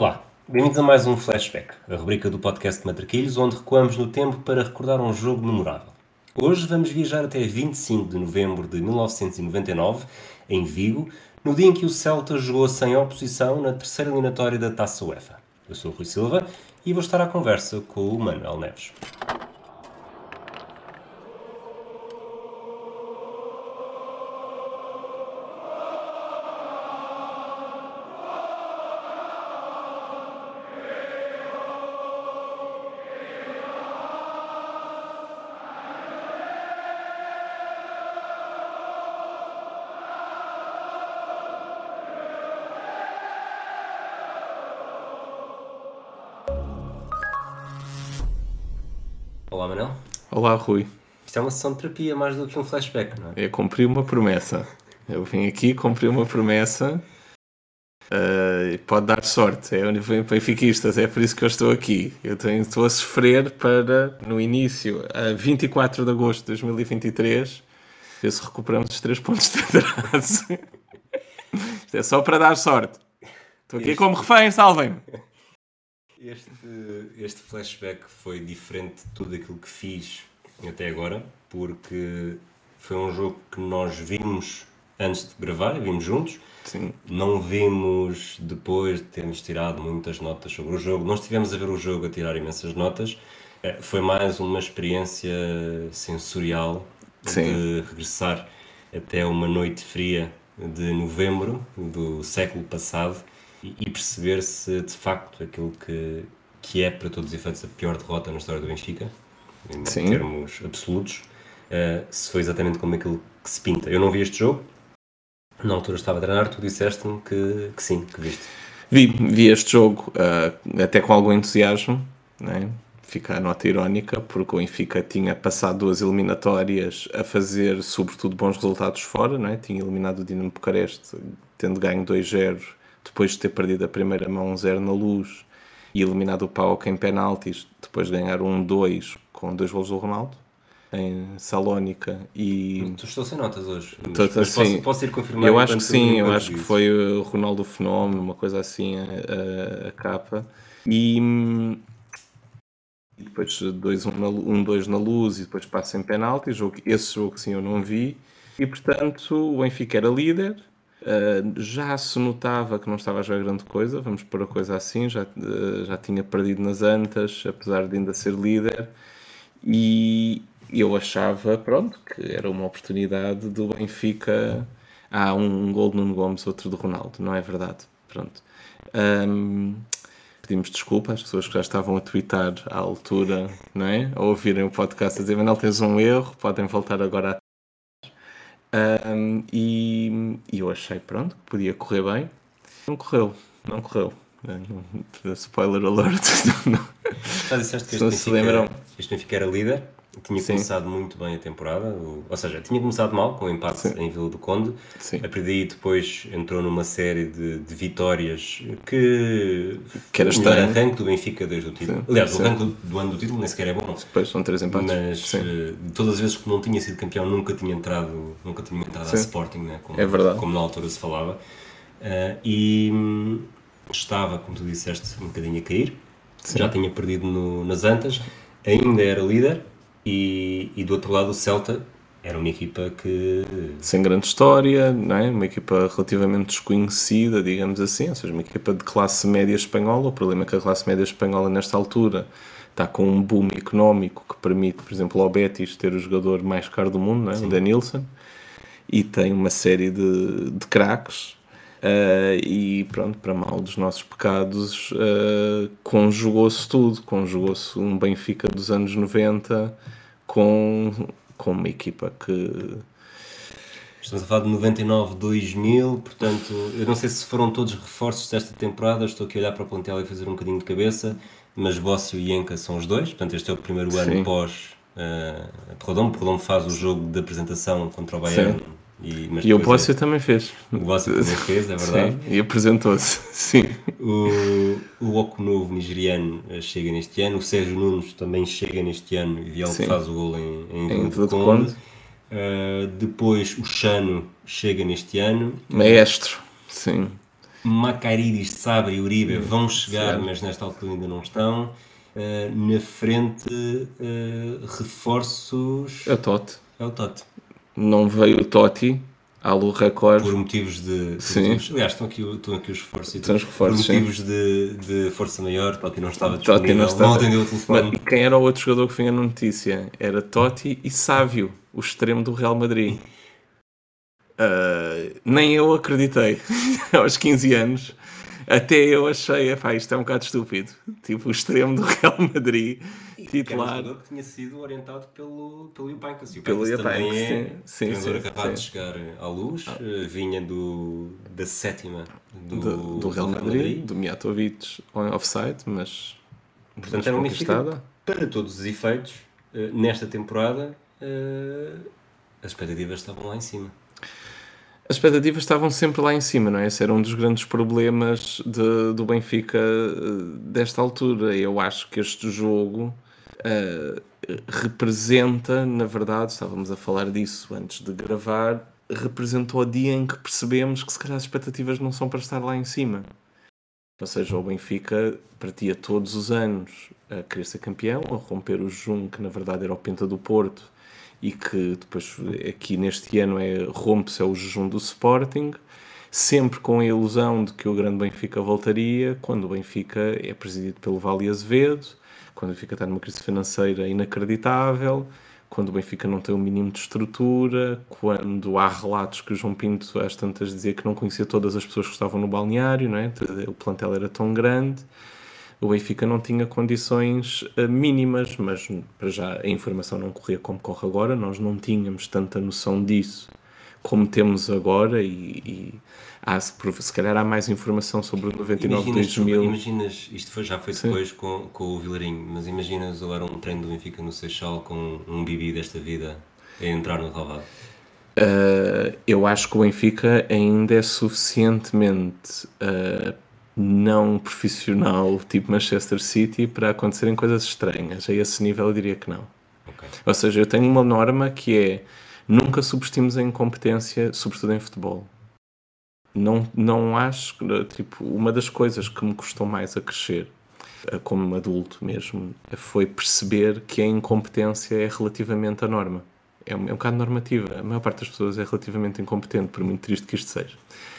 Olá, bem-vindos a mais um Flashback, a rubrica do podcast Matraquilhos, onde recuamos no tempo para recordar um jogo memorável. Hoje vamos viajar até 25 de novembro de 1999, em Vigo, no dia em que o Celta jogou sem oposição na terceira eliminatória da Taça UEFA. Eu sou o Rui Silva e vou estar à conversa com o Manuel Neves. Olá, Manuel. Olá, Rui. Isto é uma sessão de terapia mais do que um flashback, não é? Eu cumpri uma promessa. Eu vim aqui, cumpri uma promessa. Pode dar sorte. É benfiquistas, é por isso que eu estou aqui. Estou a sofrer para, no início, a 24 de agosto de 2023, ver se recuperamos os 3 pontos de atraso. Isto é só para dar sorte. Estou aqui como refém, salvem-me. Este flashback foi diferente de tudo aquilo que fiz até agora, porque foi um jogo que nós vimos antes de gravar, vimos juntos. Sim. Não vimos depois de termos tirado muitas notas sobre o jogo. Não estivemos a ver o jogo a tirar imensas notas. Foi mais uma experiência sensorial de regressar até uma noite fria de novembro do século passado e perceber se de facto aquilo que é para todos os efeitos a pior derrota na história do Benfica, em termos absolutos, se foi exatamente como aquilo que se pinta. Eu não vi este jogo, na altura estava a treinar, tu disseste-me que sim, que viste. Vi este jogo até com algum entusiasmo, né? Fica a nota irónica, porque o Benfica tinha passado 2 eliminatórias a fazer, sobretudo, bons resultados fora, né? Tinha eliminado o Dinamo Bucareste, tendo ganho 2-0, depois de ter perdido a primeira mão 1-0 na Luz, e eliminado o PAOK em penaltis, depois de ganhar 1-2 com 2 golos do Ronaldo, em Salónica. E tu estou sem notas hoje, mas assim, posso ir confirmar? Eu acho que sim, eu acho que foi o Ronaldo Fenómeno, uma coisa assim, a capa. E depois 1-2 na Luz e depois passa em penalti. Esse jogo sim eu não vi. E portanto o Benfica era líder. Já se notava que não estava a jogar grande coisa, vamos pôr a coisa assim, já tinha perdido nas Antas, apesar de ainda ser líder, e eu achava, pronto, que era uma oportunidade do Benfica. Há um gol de Nuno Gomes, outro de Ronaldo, não é verdade? Pronto. Pedimos desculpa às pessoas que já estavam a twittar à altura, não é? A ouvirem o podcast, a dizer, Manuel, tens um erro, podem voltar agora a... E eu achei, pronto, que podia correr bem. Não correu. Spoiler alert. Já disseste que este Benfica era líder, tinha começado muito bem a temporada, ou seja, tinha começado mal com o empate em Vila do Conde. A partir daí depois entrou numa série de vitórias que era o melhor arranque do Benfica desde o título. Aliás, o arranque do ano do título nem sequer é bom. Depois são 3 empates. Mas de todas as vezes que não tinha sido campeão nunca tinha entrado a Sporting, né? É verdade. Como na altura se falava. E estava, como tu disseste, um bocadinho a cair. Já tinha perdido nas Antas, ainda era líder e do outro lado o Celta era uma equipa que... sem grande história, não é? Uma equipa relativamente desconhecida, digamos assim, ou seja, uma equipa de classe média espanhola. O problema é que a classe média espanhola nesta altura está com um boom económico que permite, por exemplo, ao Betis ter o jogador mais caro do mundo, não é? O Denilson, e tem uma série de craques. E pronto, para mal dos nossos pecados, conjugou-se tudo. Conjugou-se um Benfica dos anos 90 com uma equipa que... Estamos a falar de 99, 2000, portanto, eu não sei se foram todos reforços desta temporada, estou aqui a olhar para o plantel e fazer um bocadinho de cabeça, mas Bócio e Enca são os dois, portanto este é o primeiro ano pós Perrodão faz o jogo de apresentação contra o Bayern. E o Bócio também fez. O Bócio também fez, é verdade. Sim, e apresentou-se, sim. O Oco Novo nigeriano chega neste ano, o Sérgio Nunes também chega neste ano e ele faz o gol em Vila do Conde. Conde. Depois o Chano chega neste ano. Maestro, sim. Macariris, Sabri e Uribe vão chegar, mas nesta altura ainda não estão. Na frente, reforços. É o Totti. É o Totti. Não veio o Totti, Alu Record. Por motivos de. Sim. Aliás, estão aqui os reforços. Estão os reforços, por motivos de força maior, Totti não estava disponível. Não atendeu o telefone. Mas quem era o outro jogador que vinha na notícia? Era Totti e Sávio, o extremo do Real Madrid. Nem eu acreditei. Aos 15 anos. Até eu achei, isto é um bocado estúpido. Tipo, o extremo do Real Madrid titular. Era um jogador que tinha sido orientado pelo Yupancas. Pelo Yupancas também é treinador acabado de chegar à luz. Vinha da sétima do Real Madrid, do Mijatovic offside, mas portanto era uma Benfica, para todos os efeitos, nesta temporada as expectativas estavam lá em cima. As expectativas estavam sempre lá em cima, não é? Esse era um dos grandes problemas do Benfica desta altura. Eu acho que este jogo representa, na verdade, estávamos a falar disso antes de gravar, representou o dia em que percebemos que se calhar as expectativas não são para estar lá em cima. Ou seja, o Benfica partia todos os anos a querer ser campeão, a romper o jejum que na verdade era o Penta do Porto, e que depois aqui neste ano rompe-se o jejum do Sporting, sempre com a ilusão de que o grande Benfica voltaria, quando o Benfica é presidido pelo Vale Azevedo, quando o Benfica está numa crise financeira inacreditável, quando o Benfica não tem o mínimo de estrutura, quando há relatos que o João Pinto às tantas dizia que não conhecia todas as pessoas que estavam no balneário, não é? O plantel era tão grande. O Benfica não tinha condições mínimas, mas para já a informação não corria como corre agora, nós não tínhamos tanta noção disso como temos agora e se calhar há mais informação sobre o 99-2000. Imaginas, isto já foi depois com o Vilarinho, mas imaginas agora um treino do Benfica no Seixal com um Bibi desta vida a entrar no relvado? Eu acho que o Benfica ainda é suficientemente não profissional, tipo Manchester City, para acontecerem coisas estranhas. A esse nível eu diria que não. Okay. Ou seja, eu tenho uma norma que é nunca subestimes a incompetência, sobretudo em futebol. Não acho, tipo, uma das coisas que me custou mais a crescer, como adulto mesmo, foi perceber que a incompetência é relativamente a norma. É um bocado normativa. A maior parte das pessoas é relativamente incompetente, por muito triste que isto seja.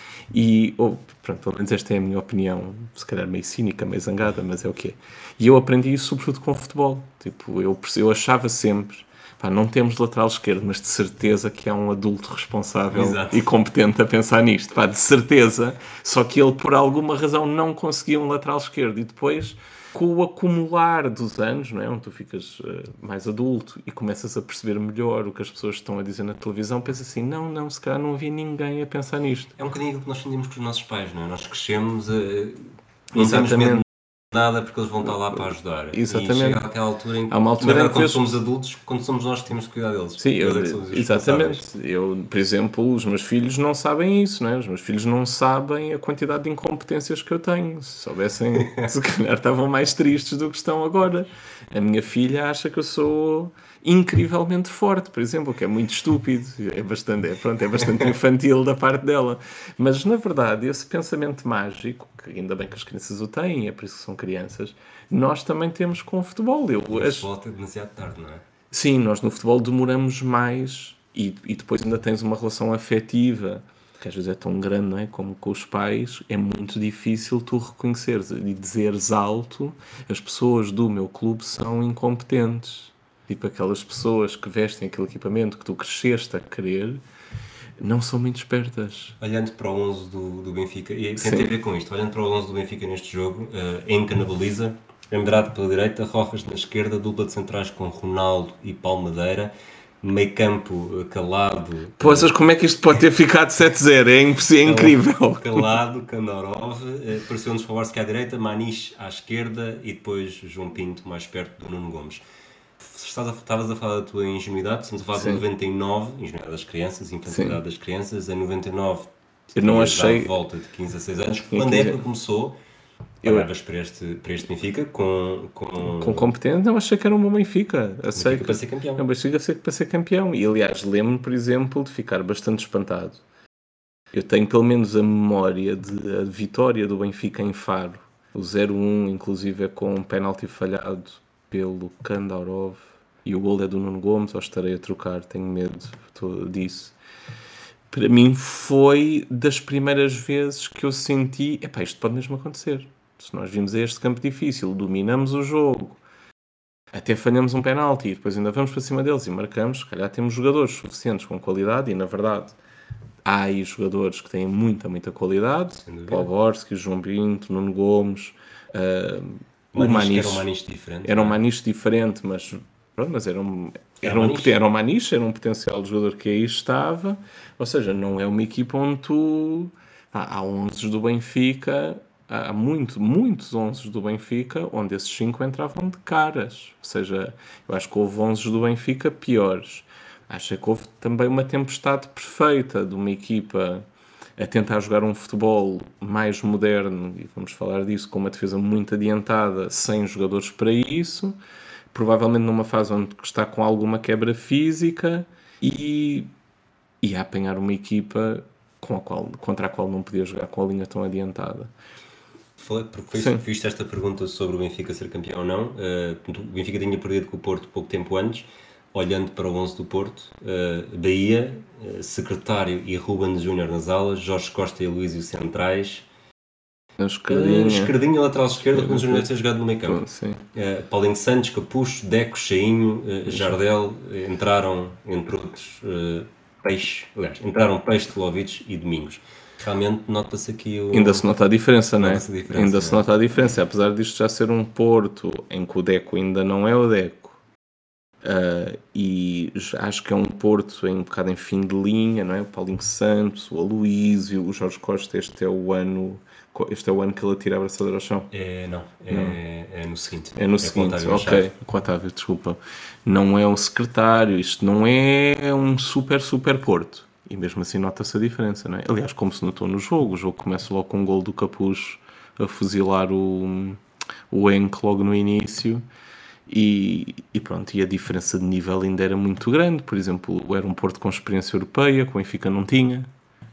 E, pronto, pelo menos esta é a minha opinião, se calhar meio cínica, meio zangada, mas é o que é. E eu aprendi isso sobretudo com o futebol. Tipo, eu achava sempre, não temos lateral esquerdo, mas de certeza que há um adulto responsável Exato. E competente a pensar nisto. De certeza. Só que ele, por alguma razão, não conseguia um lateral esquerdo. E depois, com o acumular dos anos, não é? Onde tu ficas mais adulto e começas a perceber melhor o que as pessoas estão a dizer na televisão, pensas assim, não, se calhar não havia ninguém a pensar nisto. É um bocadinho aquilo que nós sentimos com os nossos pais, não é? Nós crescemos, não temos medo de nada porque eles vão estar lá para ajudar. Exatamente. E chega àquela altura em que, quando somos adultos, quando somos nós que temos que cuidar deles. Sim, exatamente. Eu, por exemplo, os meus filhos não sabem isso, não é? Os meus filhos não sabem a quantidade de incompetências que eu tenho. Se soubessem, se calhar estavam mais tristes do que estão agora. A minha filha acha que eu sou incrivelmente forte, por exemplo, que é muito estúpido, é bastante infantil da parte dela. Mas, na verdade, esse pensamento mágico, que ainda bem que as crianças o têm, é por isso que são crianças, nós também temos com o futebol. O futebol é demasiado tarde, não é? Sim, nós no futebol demoramos mais e depois ainda tens uma relação afetiva, que às vezes é tão grande, não é? Como com os pais, é muito difícil tu reconheceres e dizeres alto, as pessoas do meu clube são incompetentes. Tipo, aquelas pessoas que vestem aquele equipamento que tu cresceste a querer, não são muito espertas. Olhando para o 11 do Benfica, e tem a ver com isto, olhando para o 11 do Benfica neste jogo, Enca na baliza, Andrade pela direita, Rojas na esquerda, dupla de centrais com Ronaldo e Palmadeira, meio campo calado. Poças, como é que isto pode ter ficado 7-0? É incrível. Calado, Kandorov, apareceu-nos Favorski à direita, Maniche à esquerda e depois João Pinto mais perto do Nuno Gomes. Estavas a falar da tua ingenuidade, estamos a falar de 99, ingenuidade das crianças, infantilidade das crianças, em 99 eu não achei... volta de 15 a 6 anos, quando a época começou, olhavas para este Benfica com competência, não, achei que era um bom Benfica. Benfica para ser campeão. É um Benfica para ser campeão. E aliás, lembro-me, por exemplo, de ficar bastante espantado Eu tenho pelo menos a memória de a vitória do Benfica em Faro. O 0-1, inclusive, é com um penalti falhado pelo Kandaurov. E o gol é do Nuno Gomes, ou estarei a trocar, tenho medo disso. Para mim foi das primeiras vezes que eu senti, isto pode mesmo acontecer. Se nós vimos este campo difícil, dominamos o jogo, até falhamos um penalti e depois ainda vamos para cima deles e marcamos, se calhar temos jogadores suficientes com qualidade e, na verdade, há aí jogadores que têm muita, muita qualidade. Poborski, João Pinto, Nuno Gomes, o Maniche. Era um Maniche diferente. Era um Maniche diferente, mas era um Maniche, era um potencial jogador que aí estava. Ou seja, não é uma equipa onde tu... Há 11 do Benfica... Há muitos 11 do Benfica onde esses 5 entravam de caras. Ou seja, eu acho que houve 11 do Benfica piores. Acho que houve também uma tempestade perfeita de uma equipa a tentar jogar um futebol mais moderno, e vamos falar disso, com uma defesa muito adiantada, sem jogadores para isso, provavelmente numa fase onde está com alguma quebra física e a apanhar uma equipa contra a qual não podia jogar com a linha tão adiantada. Porque fiz esta pergunta sobre o Benfica ser campeão ou não. O Benfica tinha perdido com o Porto pouco tempo antes. Olhando para o 11 do Porto, Bahia, Secretário e Ruben Júnior nas alas, Jorge Costa e Luísio centrais, Esquerdinha lateral esquerda, Ruben Júnior ter jogado no meio campo, Paulinho Santos, Capucho, Deco, Cheinho, Jardel, entraram, entre outros, entraram Peixe, Telovic e Domingos. Realmente nota-se aqui Ainda se nota a diferença, não é? Ainda se nota a diferença, apesar disto já ser um Porto em que o Deco ainda não é o Deco. E acho que é um Porto um bocado em fim de linha, não é? O Paulinho Santos, o Aloísio, o Jorge Costa, este é o ano que ele atira a abraçadeira ao chão. É no seguinte. É no seguinte, ok. Com Otávio, desculpa. Não é o secretário, isto não é um super Porto. E mesmo assim nota-se a diferença, não é? Aliás, como se notou no jogo, o jogo começa logo com um gol do Capucho a fuzilar o Henk logo no início. E pronto, e a diferença de nível ainda era muito grande. Por exemplo, era um Porto com experiência europeia, que o Benfica não tinha,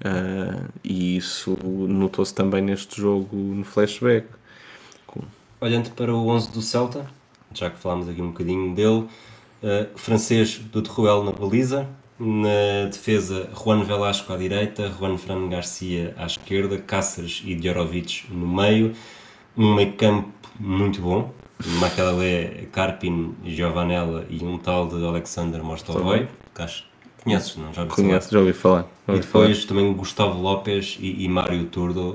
e isso notou-se também neste jogo no flashback. Olhando para o 11 do Celta, já que falámos aqui um bocadinho dele, francês do Teruel na baliza, na defesa Juan Velasco à direita, Juan Fran Garcia à esquerda, Cáceres e Djorovic no meio, um meio campo muito bom, Makelele, Karpin, Giovanella e um tal de Alexander Mostovoy, que acho que conheces, não? Já ouvi falar. E depois também Gustavo Lopes e Mário Turdo.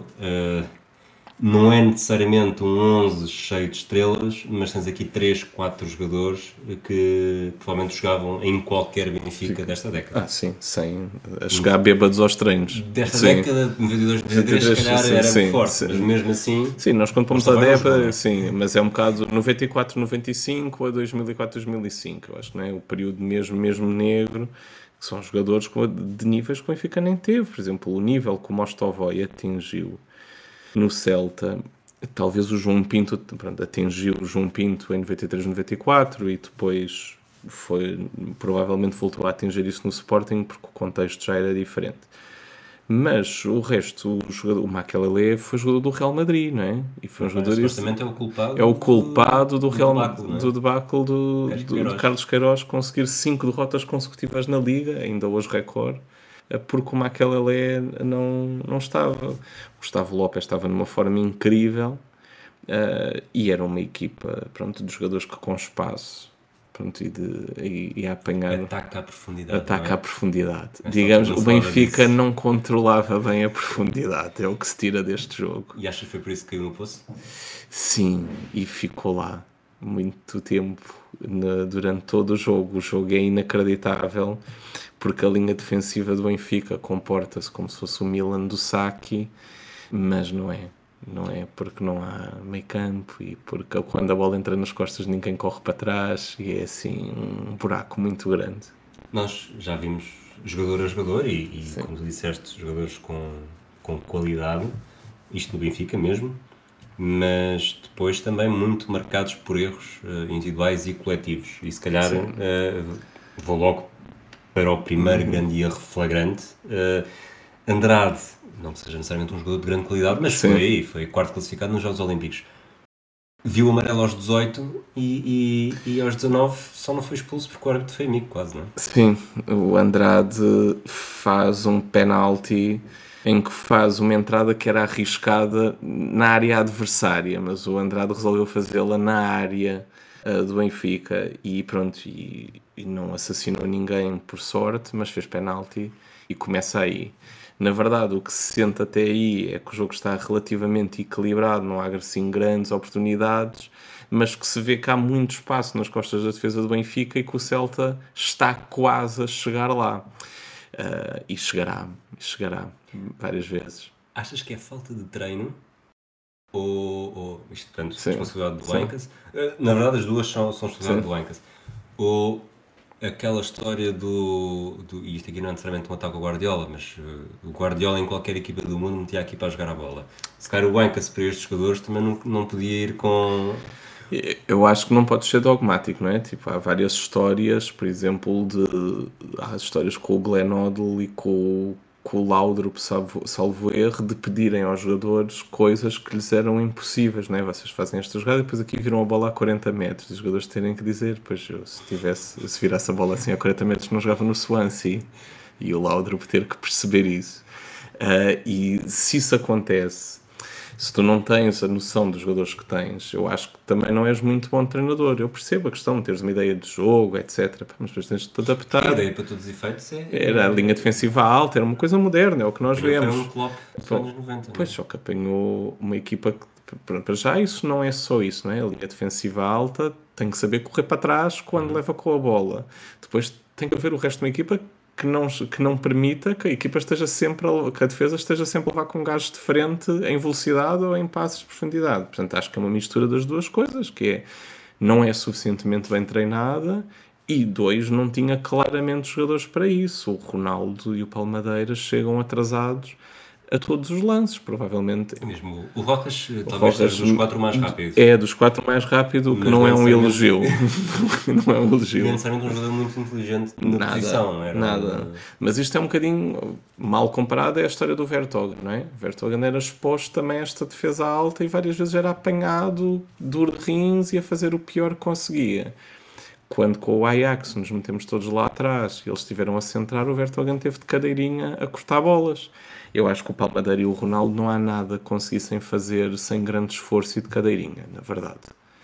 Não é necessariamente um 11 cheio de estrelas, mas tens aqui 3, 4 jogadores que provavelmente jogavam em qualquer Benfica desta década. Sim, sem jogar bêbados aos treinos. Desta década, 92, 93, se calhar era forte, mas mesmo assim... Sim, nós quando pomos a década, sim, mas é um bocado 94, 95 a 2004, 2005, eu acho que não é o período mesmo negro, que são jogadores de níveis que o Benfica nem teve. Por exemplo, o nível que o Mostovoy atingiu no Celta, talvez o João Pinto atingiu o João Pinto em 93, 94 e depois provavelmente voltou a atingir isso no Sporting porque o contexto já era diferente. Mas o resto, o Makelele foi jogador do Real Madrid, não é? E foi um jogador supostamente é o culpado do Real Madrid, do debacle do Carlos Queiroz conseguir 5 derrotas consecutivas na Liga, ainda hoje recorde, porque o Makelele não estava. O Gustavo Lopes estava numa forma incrível, e era uma equipa, pronto, de jogadores que com espaço, pronto, e a apanhar... Ataca à profundidade. Digamos, o Benfica não controlava bem a profundidade, é o que se tira deste jogo. E acha que foi por isso que caiu no poço? Sim, e ficou lá muito tempo durante todo o jogo. O jogo é inacreditável, porque a linha defensiva do Benfica comporta-se como se fosse o Milan do Sacchi, mas não é, porque não há meio campo e porque quando a bola entra nas costas ninguém corre para trás e é assim um buraco muito grande. Nós já vimos jogador a jogador e como tu disseste, jogadores com qualidade, isto no Benfica mesmo, mas depois também muito marcados por erros individuais e coletivos. E se calhar vou logo para o primeiro grande erro flagrante. Andrade, não seja necessariamente um jogador de grande qualidade, mas foi quarto classificado nos Jogos Olímpicos. Viu o amarelo aos 18 e aos 19 só não foi expulso porque o árbitro foi amigo quase, não é? Sim, o Andrade faz um penalti em que faz uma entrada que era arriscada na área adversária, mas o Andrade resolveu fazê-la na área do Benfica e pronto, e não assassinou ninguém por sorte, mas fez penalti e começa aí. Na verdade, o que se sente até aí é que o jogo está relativamente equilibrado, não há assim grandes oportunidades, mas que se vê que há muito espaço nas costas da defesa do Benfica e que o Celta está quase a chegar lá. E chegará várias vezes. Achas que é falta de treino? Ou isto, portanto, Sim, responsabilidade do sim. Ancas? Na verdade, as duas são responsabilidade Sim. do Ancas. Ou aquela história e isto aqui não é necessariamente um ataque ao Guardiola, mas o Guardiola em qualquer equipa do mundo metia aqui para jogar a bola. Se calhar o Ancas para estes jogadores também não podia ir com... Eu acho que não pode ser dogmático, não é? Tipo, há várias histórias, por exemplo, há histórias com o Glenn Hoddle e com o Laudrup, salvo erro, de pedirem aos jogadores coisas que lhes eram impossíveis, não é? Vocês fazem esta jogada e depois aqui viram a bola a 40 metros. Os jogadores terem que dizer, pois eu, se virasse a bola assim a 40 metros não jogava no Swansea. E o Laudrup ter que perceber isso. E se isso acontece, se tu não tens a noção dos jogadores que tens, eu acho que também não és muito bom treinador. Eu percebo a questão de teres uma ideia de jogo, etc. Mas depois tens de te adaptar. A ideia para todos os efeitos Era a linha defensiva alta, era uma coisa moderna, é o que nós vemos. Foi um Klopp dos anos 90. Pois, só que apanhou uma equipa que, para já, isso não é só isso, não é? A linha defensiva alta tem que saber correr para trás quando leva com a bola. Depois tem que haver o resto de uma equipa que não permita que a equipa esteja sempre, que a defesa esteja sempre a levar com gajos de frente em velocidade ou em passos de profundidade. Portanto, acho que é uma mistura das duas coisas, que é, não é suficientemente bem treinada e dois, não tinha claramente jogadores para isso. O Ronaldo e o Palmadeiras chegam atrasados a todos os lances, provavelmente. Mesmo o Rocas talvez seja dos 4 mais rápidos. É, dos 4 mais rápido, o que não é um elogio. Não é um elogio. Não é necessariamente um jogador muito inteligente na posição. Nada. Mas isto é um bocadinho mal comparado, é a história do Vertonghen, não é? O Vertonghen era exposto também a esta defesa alta e várias vezes era apanhado duro de rins e a fazer o pior que conseguia. Quando com o Ajax nos metemos todos lá atrás e eles estiveram a centrar, o Vertonghen teve de cadeirinha a cortar bolas. Eu acho que o Palmadeira e o Ronaldo não há nada que conseguissem fazer sem grande esforço e de cadeirinha, na verdade.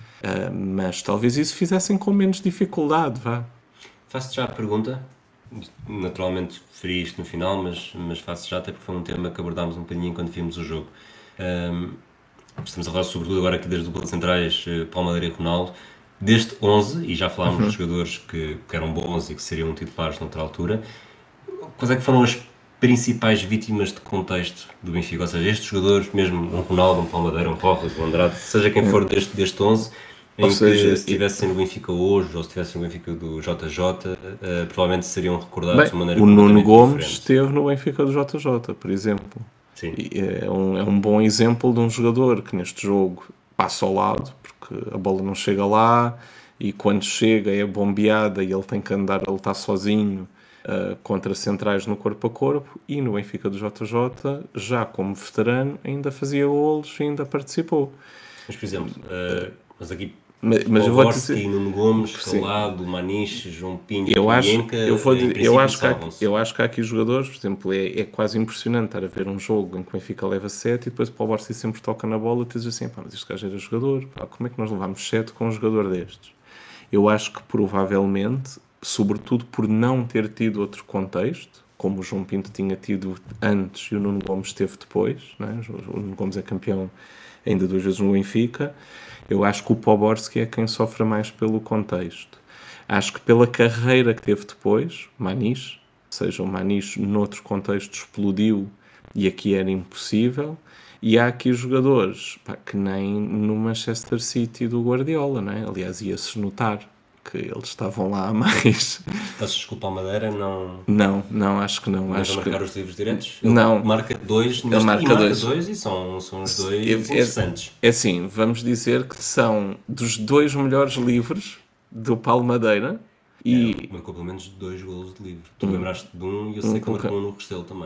Mas talvez isso fizessem com menos dificuldade, vá. Faço-te já a pergunta. Naturalmente referi isto no final, mas faço já, até porque foi um tema que abordámos um bocadinho quando vimos o jogo. Estamos a falar sobretudo agora aqui das duplas centrais Palmadeira e Ronaldo. Deste 11, e já falámos dos jogadores que eram bons e que seriam titulares noutra altura, quais é que foram as principais vítimas de contexto do Benfica? Ou seja, estes jogadores, mesmo um Ronaldo, um Palmadeira, um Rojas, um Andrade, seja quem for deste 11, em que se estivessem no Benfica hoje ou se estivessem no Benfica do JJ, provavelmente seriam recordados de maneira completamente diferente. O Nuno Gomes esteve no Benfica do JJ, por exemplo. Sim. E é um bom exemplo de um jogador que neste jogo passa ao lado, porque a bola não chega lá e quando chega é bombeada e ele tem que andar a lutar sozinho contra centrais no corpo a corpo, e no Benfica do JJ, já como veterano, ainda fazia golos e ainda participou. Mas, por exemplo, mas aqui mas eu vou dizer, Nuno Gomes, Calado, Maniche, João Pinto eu acho, e Enca, eu acho que há aqui jogadores, por exemplo, é quase impressionante estar a ver um jogo em que o Benfica leva 7 e depois o Paul Borsi sempre toca na bola e tu dizes assim, pá, mas este gajo era jogador, pá, como é que nós levamos 7 com um jogador destes? Eu acho que provavelmente, sobretudo por não ter tido outro contexto, como o João Pinto tinha tido antes e o Nuno Gomes teve depois, não é? O Nuno Gomes é campeão ainda 2 vezes no Benfica. Eu acho que o Poborski é quem sofre mais pelo contexto. Acho que pela carreira que teve depois, Maniche, ou seja, o Maniche noutro contexto explodiu e aqui era impossível. E há aqui jogadores que nem no Manchester City do Guardiola, não é? Aliás, ia-se notar que eles estavam lá a mais. Estás a desculpar a Madeira? Não, acho que não. Mas a marcar os livros diretos? Ele não. Marca 2 Ele marca 2 e são os 2 interessantes. É assim, vamos dizer que são dos 2 melhores livros do Palmadeira e... marcou pelo menos 2 golos de livro. Tu lembraste de um e eu sei que marcou um no Restelo também.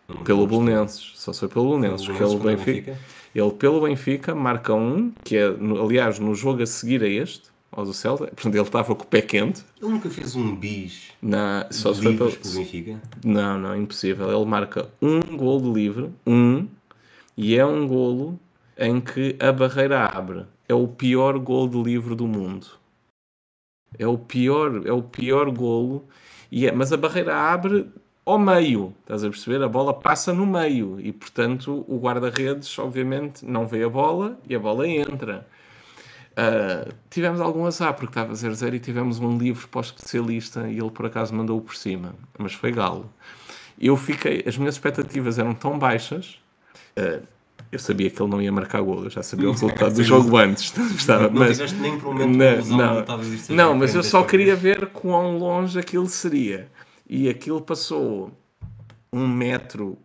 Pelo Belenenses, só foi pelo Belenenses, porque ele, Benfica, ele pelo Benfica marca um, que é, aliás, no jogo a seguir a este, ao do Celta, portanto ele estava com o pé quente. Ele nunca fez um bis Só de se foi pelo Benfica? Não, impossível. Ele marca um gol de livre, e é um golo em que a barreira abre. É o pior gol de livre do mundo. É o pior golo, mas a barreira abre ao meio, estás a perceber? A bola passa no meio e, portanto, o guarda-redes, obviamente, não vê a bola e a bola entra. Tivemos algum azar, porque estava 0-0 e tivemos um livre para o especialista e ele, por acaso, mandou-o por cima. Mas foi galo. As minhas expectativas eram tão baixas, eu sabia que ele não ia marcar gol, eu já sabia o resultado do jogo antes. Não tiveste nem por um momento não, mas eu só queria ver quão longe aquilo seria. E aquilo passou 1 metro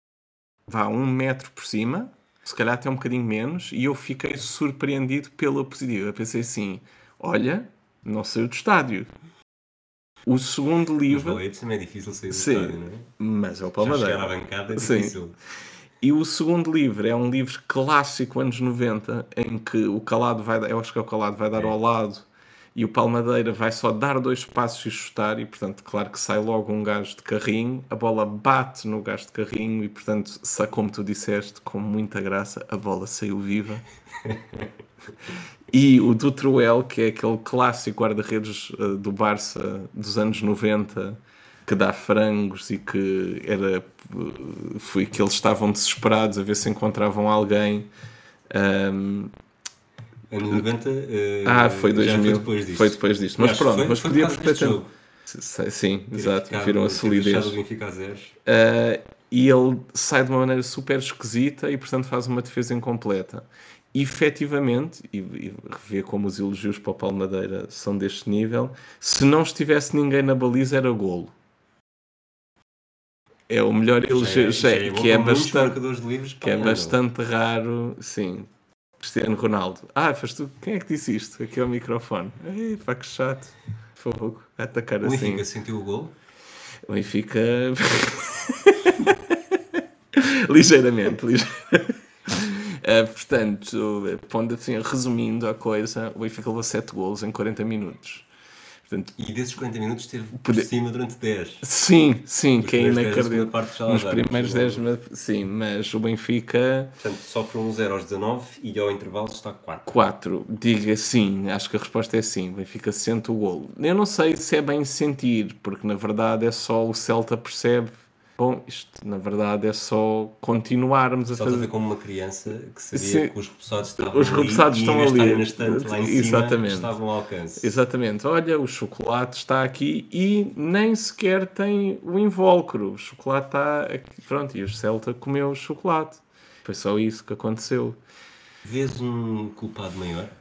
por cima, se calhar até um bocadinho menos, e eu fiquei surpreendido pela positiva. Eu pensei assim, olha, não saiu do estádio. O segundo livre... Mas também é difícil sair do estádio, não é? Mas é o Palmadeira. Já chegar à bancada é difícil. Sim. E o segundo livro é um livro clássico, anos 90, em que o Calado eu acho que o Calado vai dar ao lado e o Palmadeira vai só dar 2 passos e chutar, e portanto, claro que sai logo um gajo de carrinho, a bola bate no gajo de carrinho e portanto, como tu disseste, com muita graça, a bola saiu viva. E o Dutruel, que é aquele clássico guarda-redes do Barça dos anos 90, que dá frangos e que foi que eles estavam desesperados a ver se encontravam alguém. Em 90 foi 2000, foi depois disto. Mas pronto, mas podia perfeitamente. Sim, exato, viram a solidez. E ele sai de uma maneira super esquisita e portanto faz uma defesa incompleta. E efetivamente, e vê como os elogios para o Palmadeira são deste nível, se não estivesse ninguém na baliza era golo. É o melhor elogio, que é bastante raro, sim. Cristiano Ronaldo. Faz tu, quem é que disse isto? Aqui é o microfone. Pá, que chato. Fogo, a atacar assim. O Benfica sentiu o gol? O Benfica... ligeiramente. Portanto, pondo assim, resumindo a coisa, o Benfica levou 7 golos em 40 minutos. Portanto, e desses 40 minutos esteve por cima durante 10. Sim, que é inacreditável. Nos primeiros 10, sim, mas o Benfica... Portanto, sofre 1-0 aos 19 e ao intervalo está 4. 4, diga sim, acho que a resposta é sim. O Benfica sente o golo. Eu não sei se é bem sentir, porque na verdade é só o Celta percebe... Bom, isto na verdade é só continuarmos a fazer... Só a ver como uma criança que sabia que os repousados estavam ali. Os repousados estão ali. Na estante, lá em cima, estavam ao alcance. Exatamente. Olha, o chocolate está aqui e nem sequer tem o invólucro. O chocolate está aqui. Pronto, e o Celta comeu o chocolate. Foi só isso que aconteceu. Vês um culpado maior?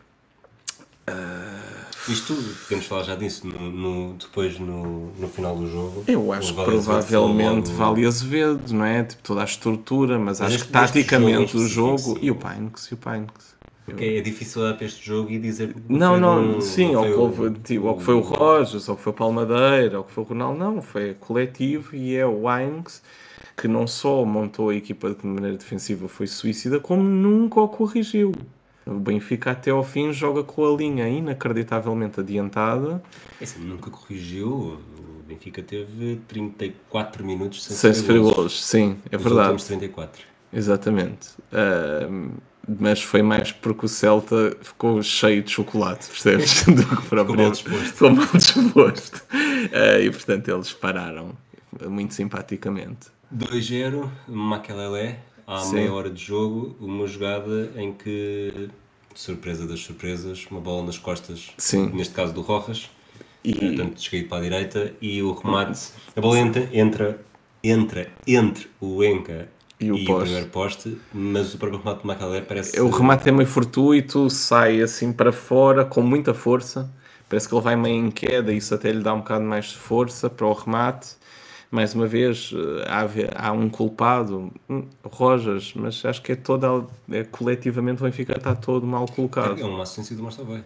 Isto, podemos falar já disso depois no final do jogo. Eu acho que provavelmente vale Azevedo, não é? Tipo, toda a estrutura, mas acho que taticamente o jogo... E o Painix. Porque é difícil olhar para este jogo e dizer... Sim, ou que foi o Rogers, ou que foi o Palmadeira, ou que foi o Ronaldo. Não, foi coletivo e é o Painix que não só montou a equipa de maneira defensiva, foi suicida, como nunca o corrigiu. O Benfica até ao fim joga com a linha inacreditavelmente adiantada. Assim, nunca corrigiu. O Benfica teve 34 minutos sem sofrer golos. Sim, é verdade. Os 34. Exatamente. Mas foi mais porque o Celta ficou cheio de chocolate, percebes? Do que propriamente. Ficou mal disposto. E portanto eles pararam muito simpaticamente. 2-0, Makelele. Há meia hora de jogo, uma jogada em que, surpresa das surpresas, uma bola nas costas, neste caso do Rojas, portanto descaído para a direita, e o remate, a bola entra entre o Enca e o primeiro poste, mas o próprio remate de Makelele parece... O remate é meio fortuito, sai assim para fora, com muita força, parece que ele vai meio em queda, isso até lhe dá um bocado mais de força para o remate. Mais uma vez, há um culpado, Rojas, mas acho que coletivamente o Benfica está todo mal colocado. É um má assistência do Marcelo.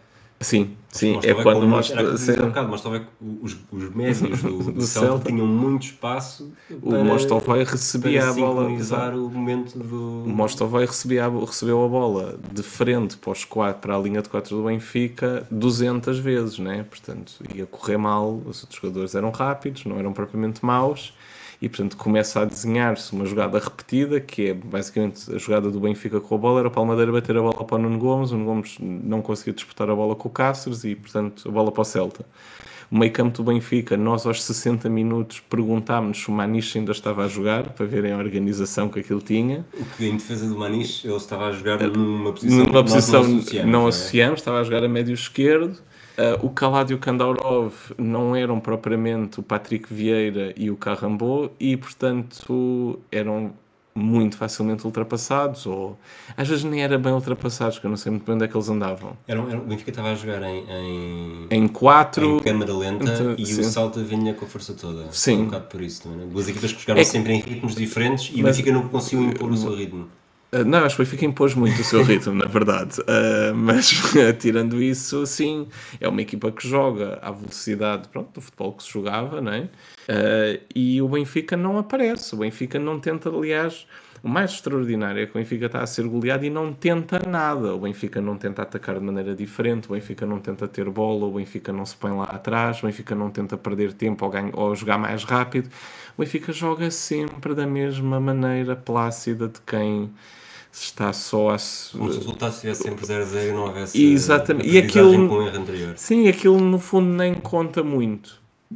Sim, é quando mostra. Um bocado, os médios do Celta tinham muito espaço o Mostovoy recebia a bola. Sincronizar o momento do. O Mostovoy recebeu a bola de frente para a linha de 4 do Benfica 200 vezes, né? Portanto, ia correr mal. Os outros jogadores eram rápidos, não eram propriamente maus. E, portanto, começa a desenhar-se uma jogada repetida, que é basicamente a jogada do Benfica com a bola, era o Palmadeira bater a bola para o Nuno Gomes não conseguia disputar a bola com o Cáceres e, portanto, a bola para o Celta. O meio campo do Benfica, nós aos 60 minutos perguntámos se o Maniche ainda estava a jogar, para verem a organização que aquilo tinha. O que em defesa do Maniche, ele estava a jogar numa posição que não associamos, estava a jogar a médio esquerdo. O Khalad e o Kandaurov não eram propriamente o Patrick Vieira e o Carrambou e, portanto, eram muito facilmente ultrapassados, ou às vezes nem era bem ultrapassados, que eu não sei muito bem onde é que eles andavam. O Benfica estava a jogar em 4 em câmara lenta e o Celta vinha com a força toda. Sim. Um bocado por isso também, né? Duas equipas que jogaram sempre em ritmos diferentes e o Benfica não conseguiu impor o seu ritmo. Não, acho que o Benfica impôs muito o seu ritmo, na verdade. Mas, tirando isso, sim, é uma equipa que joga à velocidade do futebol que se jogava, não é? E o Benfica não aparece. O Benfica não tenta, aliás, o mais extraordinário é que o Benfica está a ser goleado e não tenta nada. O Benfica não tenta atacar de maneira diferente, o Benfica não tenta ter bola, o Benfica não se põe lá atrás, o Benfica não tenta perder tempo ou jogar mais rápido. O Benfica joga sempre da mesma maneira plácida de quem está só a... Como se o resultado estivesse sempre 0-0 e não houvesse exatamente. E aquilo, com o erro anterior. Sim, aquilo no fundo nem conta muito.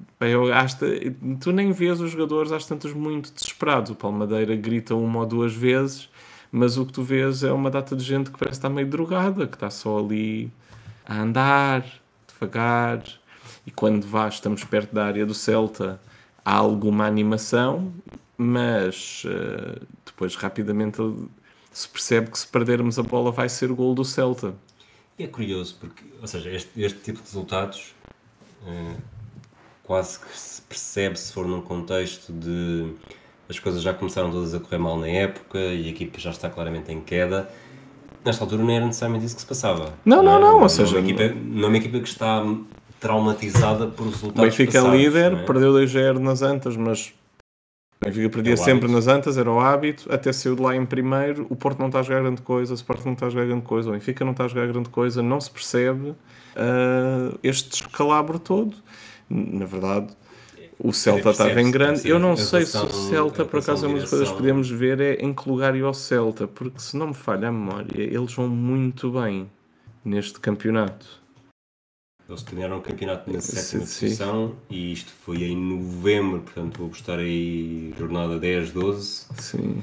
Tu nem vês os jogadores às tantas muito desesperados. O Palmadeira grita uma ou duas vezes, mas o que tu vês é uma data de gente que parece estar meio drogada, que está só ali a andar devagar, e quando estamos perto da área do Celta, há alguma animação, mas depois rapidamente se percebe que se perdermos a bola vai ser o gol do Celta. E é curioso, porque, ou seja, este tipo de resultados quase que se percebe se for num contexto de as coisas já começaram todas a correr mal na época e a equipa já está claramente em queda. Nesta altura não era necessariamente isso que se passava. Não, ou seja... Não é uma equipa que está traumatizada por resultados passados. O Benfica é líder, perdeu 2-0 nas Antas, mas o Benfica perdia sempre nas Antas, era o hábito, até saiu de lá em primeiro. O Porto não está a jogar grande coisa, o Sporting não está a jogar grande coisa, o Benfica não está a jogar grande coisa, não se percebe este descalabro todo. Na verdade, o Celta estava em grande. Eu não sei se o Celta, por acaso, é uma das coisas que podemos ver é em que lugar ia o Celta, porque se não me falha a memória, eles vão muito bem neste campeonato. Eles terminaram o campeonato na 7ª posição e isto foi em novembro, portanto vou postar aí jornada 10, 12. Sim.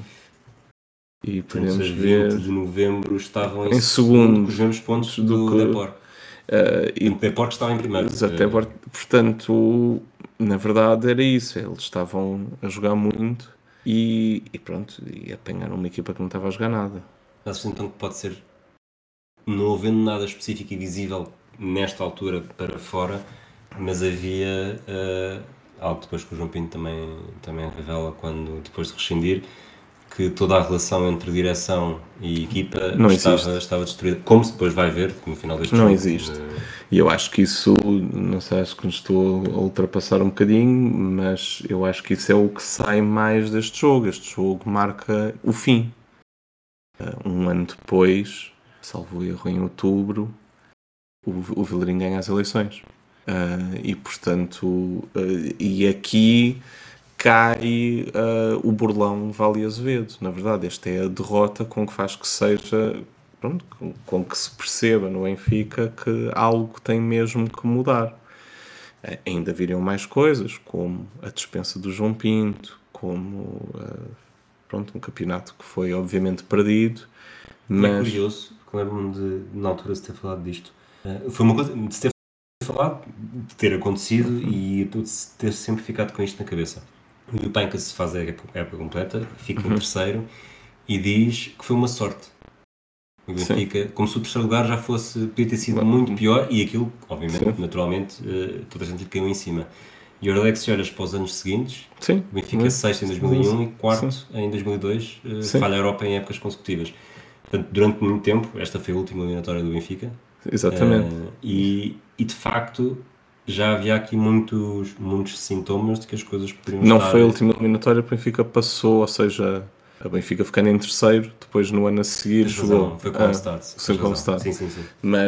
E portanto, podemos ver... 20 de novembro estavam em segundo com os mesmos pontos do Depor. E o Depor que estava em primeiro. Portanto, na verdade era isso. Eles estavam a jogar muito e pronto, e apanharam uma equipa que não estava a jogar nada. Achas então que pode ser, não havendo nada específico e visível nesta altura para fora, mas havia algo depois que o João Pinto também revela quando depois de rescindir, que toda a relação entre direção e equipa estava destruída, como se depois vai ver no final deste jogo. Não existe. E eu acho que isso, não sei, acho que estou a ultrapassar um bocadinho, mas eu acho que isso é o que sai mais deste jogo. Este jogo marca o fim. Um ano depois, salvo erro em outubro, o Vilarinho ganha as eleições. E portanto, e aqui cai o burlão Vale Azevedo. Na verdade, esta é a derrota com que faz que seja, pronto, com que se perceba no Benfica que algo tem mesmo que mudar. Ainda viriam mais coisas, como a dispensa do João Pinto, como um campeonato que foi obviamente perdido. Mas... É curioso, lembro-me de na altura se ter falado disto. Foi uma coisa de se ter falado, de ter acontecido e de ter sempre ficado com isto na cabeça. O Panca se faz a época completa, fica em terceiro e diz que foi uma sorte. O Benfica, como se o terceiro lugar já podia ter sido muito pior e aquilo, obviamente, naturalmente, toda a gente caiu em cima. E a verdade é que se olhas para os anos seguintes, o Benfica sexto em 2001 e quarto em 2002, falha a Europa em épocas consecutivas. Portanto, durante muito tempo, esta foi a última eliminatória do Benfica, Exatamente. E de facto já havia aqui muitos sintomas de que as coisas poderiam Não estar... foi a última eliminatória, o Benfica passou, ou seja, a Benfica ficando em terceiro, depois no ano a seguir jogou. Foi com o Stade. Sim.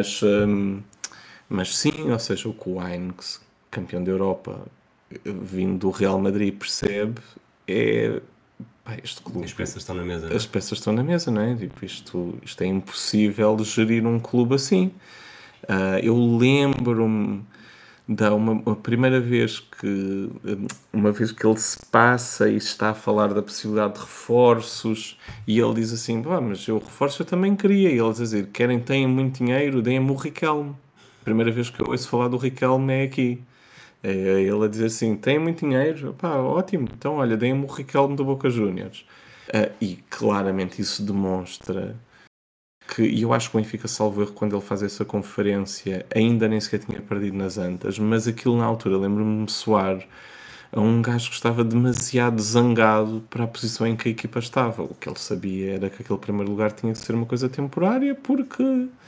Mas sim, ou seja, o que o Ajax, campeão da Europa, vindo do Real Madrid, percebe é... este clube, as peças estão na mesa. As peças estão na mesa, não é? Tipo, isto é impossível gerir um clube assim. Eu lembro-me uma primeira vez que ele se passa e está a falar da possibilidade de reforços e ele diz assim, mas eu reforço eu também queria, e eles a dizer, têm muito dinheiro, deem-me o Riquelme. Primeira vez que eu ouço falar do Riquelme é aqui. É ele a dizer assim, tem muito dinheiro? Ótimo, então olha, deem-me o Riquelme do Boca Juniors. E claramente isso demonstra que, e eu acho que o Benfica, salvo erro, quando ele faz essa conferência, ainda nem sequer tinha perdido nas antas, mas aquilo na altura, lembro-me de soar a um gajo que estava demasiado zangado para a posição em que a equipa estava. O que ele sabia era que aquele primeiro lugar tinha que ser uma coisa temporária, porque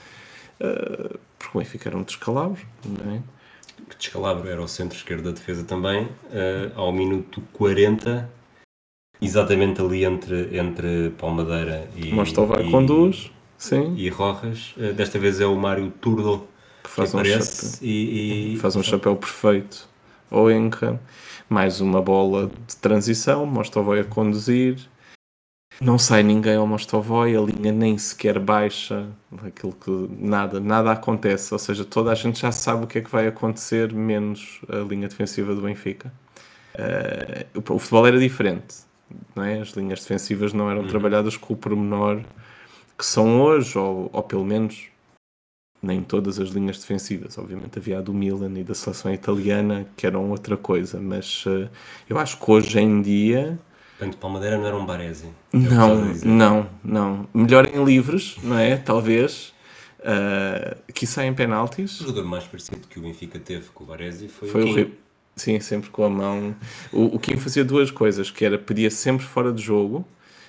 o Benfica era um descalabro, não é? Que descalabro era o centro-esquerdo da defesa também, ao minuto 40, exatamente ali entre Palmadeira e... Mostovai conduz. Sim. E Rojas, desta vez é o Mário Turdo que faz aparece e faz um chapéu perfeito ao Enca, mais uma bola de transição, Mostovoi a conduzir, não sai ninguém ao Mostovoi, a linha nem sequer baixa, aquilo que nada acontece, ou seja, toda a gente já sabe o que é que vai acontecer, menos a linha defensiva do Benfica. O futebol era diferente, não é? As linhas defensivas não eram trabalhadas com o pormenor que são hoje, ou pelo menos nem todas as linhas defensivas. Obviamente havia a do Milan e da seleção italiana, que eram outra coisa, mas eu acho que hoje em dia... Portanto, Palmadeira não era um Baresi. Não. Melhor em livres, não é? Talvez. Quiçá em penaltis. O jogador mais parecido que o Benfica teve com o Baresi foi o Kim. Sim, sempre com a mão. O Kim fazia duas coisas, que era pedia sempre fora de jogo,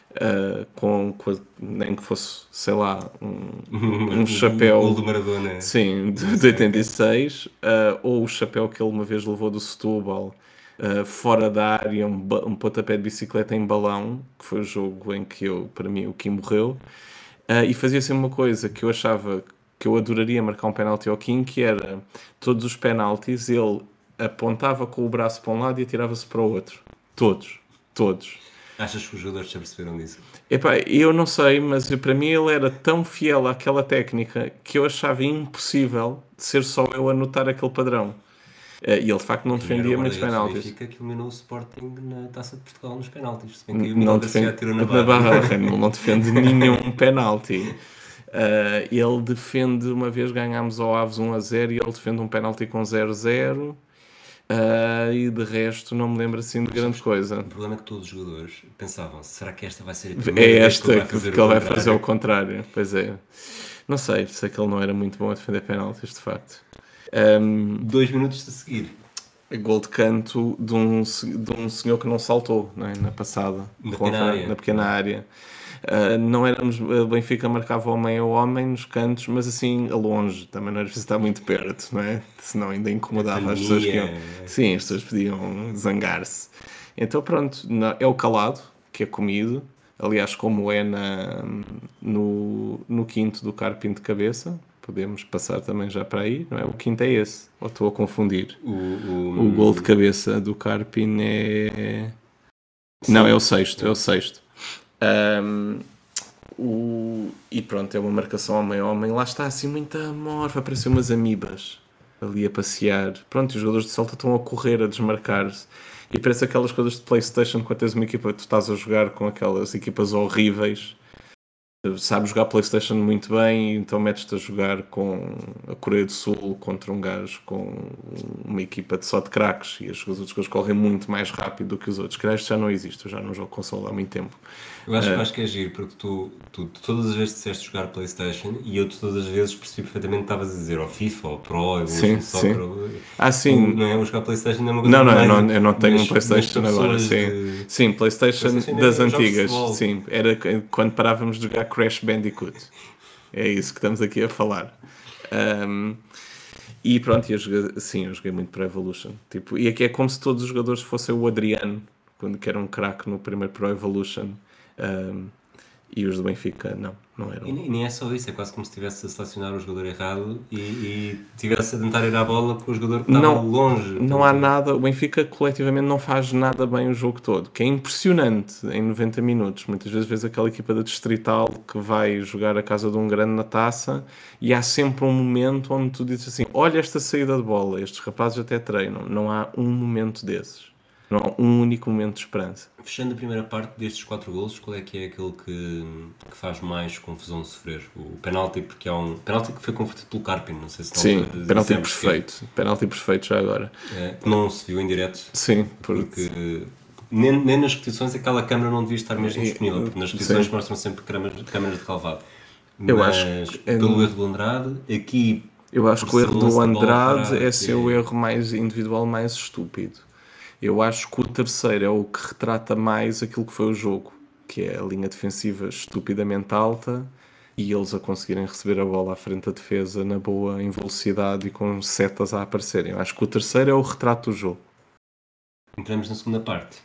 nem que fosse, sei lá, um chapéu... O do Maradona. Sim, de 86, ou o chapéu que ele uma vez levou do Setúbal, fora da área, um pontapé de bicicleta em balão, que foi o jogo em que para mim, o Kim morreu, e fazia sempre uma coisa que eu achava que eu adoraria marcar um penalti ao Kim, que era, todos os penaltis, ele apontava com o braço para um lado e atirava-se para o outro. Todos. Achas que os jogadores já perceberam disso? Eu não sei, mas para mim ele era tão fiel àquela técnica que eu achava impossível ser só eu a notar aquele padrão. E ele de facto não defendia muitos penaltis. Significa que eliminou o Sporting na Taça de Portugal nos penaltis. Não defende na barra. Não defende nenhum penalti. Ele defende, uma vez ganhámos ao Aves 1-0 e ele defende um penalti com 0-0. E de resto não me lembro assim de grande coisa. O problema é que todos os jogadores pensavam, será que esta vai ser a primeira vez que ele vai fazer o contrário? Pois é, não sei que ele não era muito bom a defender penaltis, de facto. 2 minutos a seguir, gol de canto de um senhor que não saltou, não é? Na passada, na pequena área. Não éramos, o Benfica marcava homem a homem nos cantos, mas assim a longe, também não era preciso estar muito perto, não é? Senão ainda incomodava as pessoas que iam. Sim, as pessoas podiam zangar-se. Então pronto, é o calado que é comido, aliás, como é no quinto do Carpin de cabeça. Podemos passar também já para aí, não é? O quinto é esse, ou estou a confundir? O gol de cabeça do Carpin é... Sim. Não, é o sexto. E pronto, é uma marcação homem-homem. Lá está assim muita amorfa, apareceu umas amibas ali a passear. Pronto, os jogadores de Celta estão a correr, a desmarcar-se. E parece aquelas coisas de PlayStation, quando tens uma equipa, tu estás a jogar com aquelas equipas horríveis. Sabes jogar PlayStation muito bem, então metes-te a jogar com a Coreia do Sul contra um gajo com uma equipa só de craques e os outros gajos correm muito mais rápido do que os outros. Que já não existe, eu já não jogo console há muito tempo. Eu acho que é giro, porque tu todas as vezes disseste jogar PlayStation e eu todas as vezes percebi perfeitamente que estavas a dizer ou FIFA ou Pro, sim. Sim. Não é? O jogar PlayStation não é uma coisa eu não tenho um PlayStation agora, sim, PlayStation das antigas, sim, era quando parávamos de jogar Crash Bandicoot, é isso que estamos aqui a falar. E pronto, eu joguei muito Pro Evolution. Tipo, e aqui é como se todos os jogadores fossem o Adriano, que era um craque no primeiro Pro Evolution. E os do Benfica, não eram. E nem é só isso, é quase como se estivesse a selecionar o jogador errado e estivesse a tentar ir à bola com o jogador que estava longe. Não há nada, o Benfica coletivamente não faz nada bem o jogo todo, que é impressionante em 90 minutos. Muitas vezes vês aquela equipa da Distrital que vai jogar a casa de um grande na taça e há sempre um momento onde tu dizes assim, olha esta saída de bola, estes rapazes até treinam. Não há um momento desses. Não há um único momento de esperança. Fechando a primeira parte destes 4 golos, qual é aquele que faz mais confusão de sofrer? O penalti, porque há um penalti que foi convertido pelo Carpin, não sei se não. Sim, penalti perfeito. Penalti perfeito já agora. Não se viu em direto. Sim, porque nem nas repetições aquela câmara não devia estar mesmo disponível, porque nas repetições mostram sempre câmaras de relevado. Mas pelo erro do Andrade, aqui... Eu acho que o erro do Andrade é ser o erro mais individual, mais estúpido. Eu acho que o terceiro é o que retrata mais aquilo que foi o jogo, que é a linha defensiva estupidamente alta e eles a conseguirem receber a bola à frente da defesa na boa, em velocidade e com setas a aparecerem. Eu acho que o terceiro é o retrato do jogo. Entramos na segunda parte.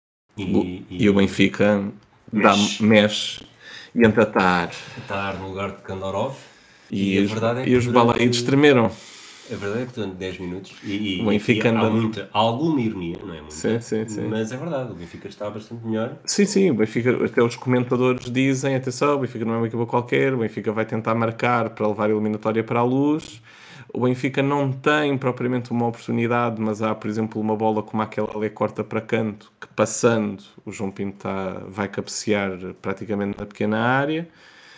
E o Benfica mexe e entra Tahar. Tahar no lugar de Kandorov. E os balaídos tremeram. A verdade é que durante 10 minutos e o Benfica há alguma ironia, não é? Sim. Mas é verdade, o Benfica está bastante melhor. Sim, o Benfica, até os comentadores dizem, atenção, o Benfica não é uma equipa qualquer, o Benfica vai tentar marcar para levar a eliminatória para a luz. O Benfica não tem propriamente uma oportunidade, mas há, por exemplo, uma bola como aquela ali corta para canto, que passando, o João Pinto vai cabecear praticamente na pequena área.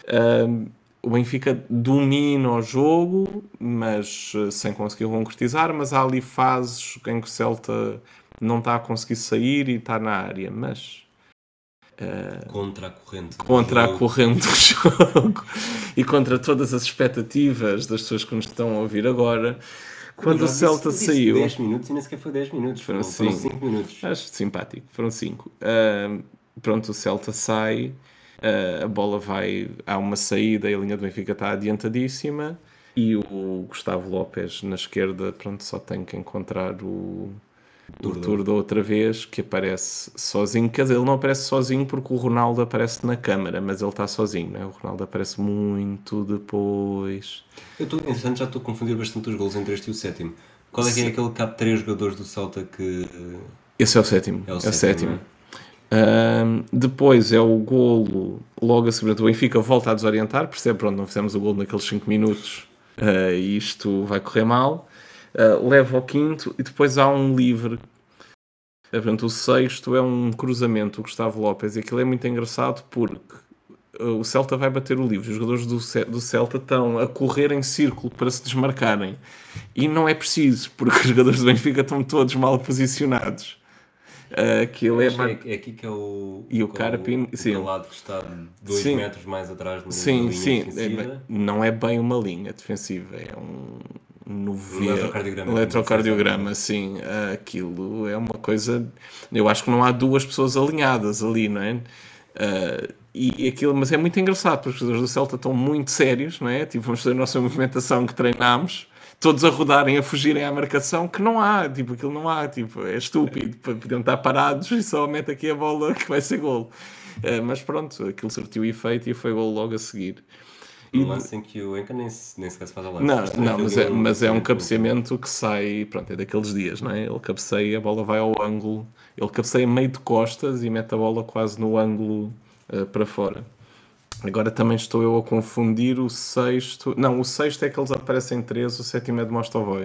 O Benfica domina o jogo, mas sem conseguir concretizar, mas há ali fases em que o Celta não está a conseguir sair e está na área, mas... contra a corrente do jogo e contra todas as expectativas das pessoas que nos estão a ouvir agora. Quando o Celta saiu... 10 minutos e nem sequer foi 10 minutos, foram 5 minutos. Acho simpático, foram 5. Pronto, o Celta sai... a bola vai, há uma saída e a linha do Benfica está adiantadíssima e o Gustavo Lopes na esquerda, pronto, só tem que encontrar o Turdo outra vez, que aparece sozinho. Quer dizer, ele não aparece sozinho porque o Ronaldo aparece na câmara, mas ele está sozinho, não é? O Ronaldo aparece muito depois. Entretanto, já estou a confundir bastante os golos entre este e o sétimo. Qual é que é aquele que há 3 jogadores do Celta que... Esse é o sétimo. É o sétimo. Depois é o golo logo a seguir do Benfica, volta a desorientar, percebe, pronto, não fizemos o golo naqueles 5 minutos e isto vai correr mal, leva ao quinto e depois há um livre. Portanto, o sexto é um cruzamento do Gustavo Lopes e aquilo é muito engraçado porque o Celta vai bater o livre, os jogadores do Celta estão a correr em círculo para se desmarcarem e não é preciso porque os jogadores do Benfica estão todos mal posicionados. Aquilo é aqui que é o... E o Carpin... O lado que está 2 metros mais atrás da linha defensiva. Não é bem uma linha defensiva, é um eletrocardiograma, sim. Aquilo é uma coisa... Eu acho que não há 2 pessoas alinhadas ali, não é? Mas é muito engraçado, porque os jogadores do Celta estão muito sérios, não é? Tipo, vamos fazer a nossa movimentação que treinámos, todos a rodarem, a fugirem à marcação, que não há, tipo, aquilo não há, tipo, é estúpido, podiam estar parados e só mete aqui a bola que vai ser golo. Mas pronto, aquilo surtiu efeito e foi golo logo a seguir. Um lance em que o Enca nem sequer se faz a lance. Não, mas é um cabeceamento que sai, pronto, é daqueles dias, não é? Ele cabeceia, a bola vai ao ângulo, ele cabeceia meio de costas e mete a bola quase no ângulo para fora. Agora também estou eu a confundir o sexto. Não, o sexto é que eles aparecem 3, o sétimo é de Mostovoy.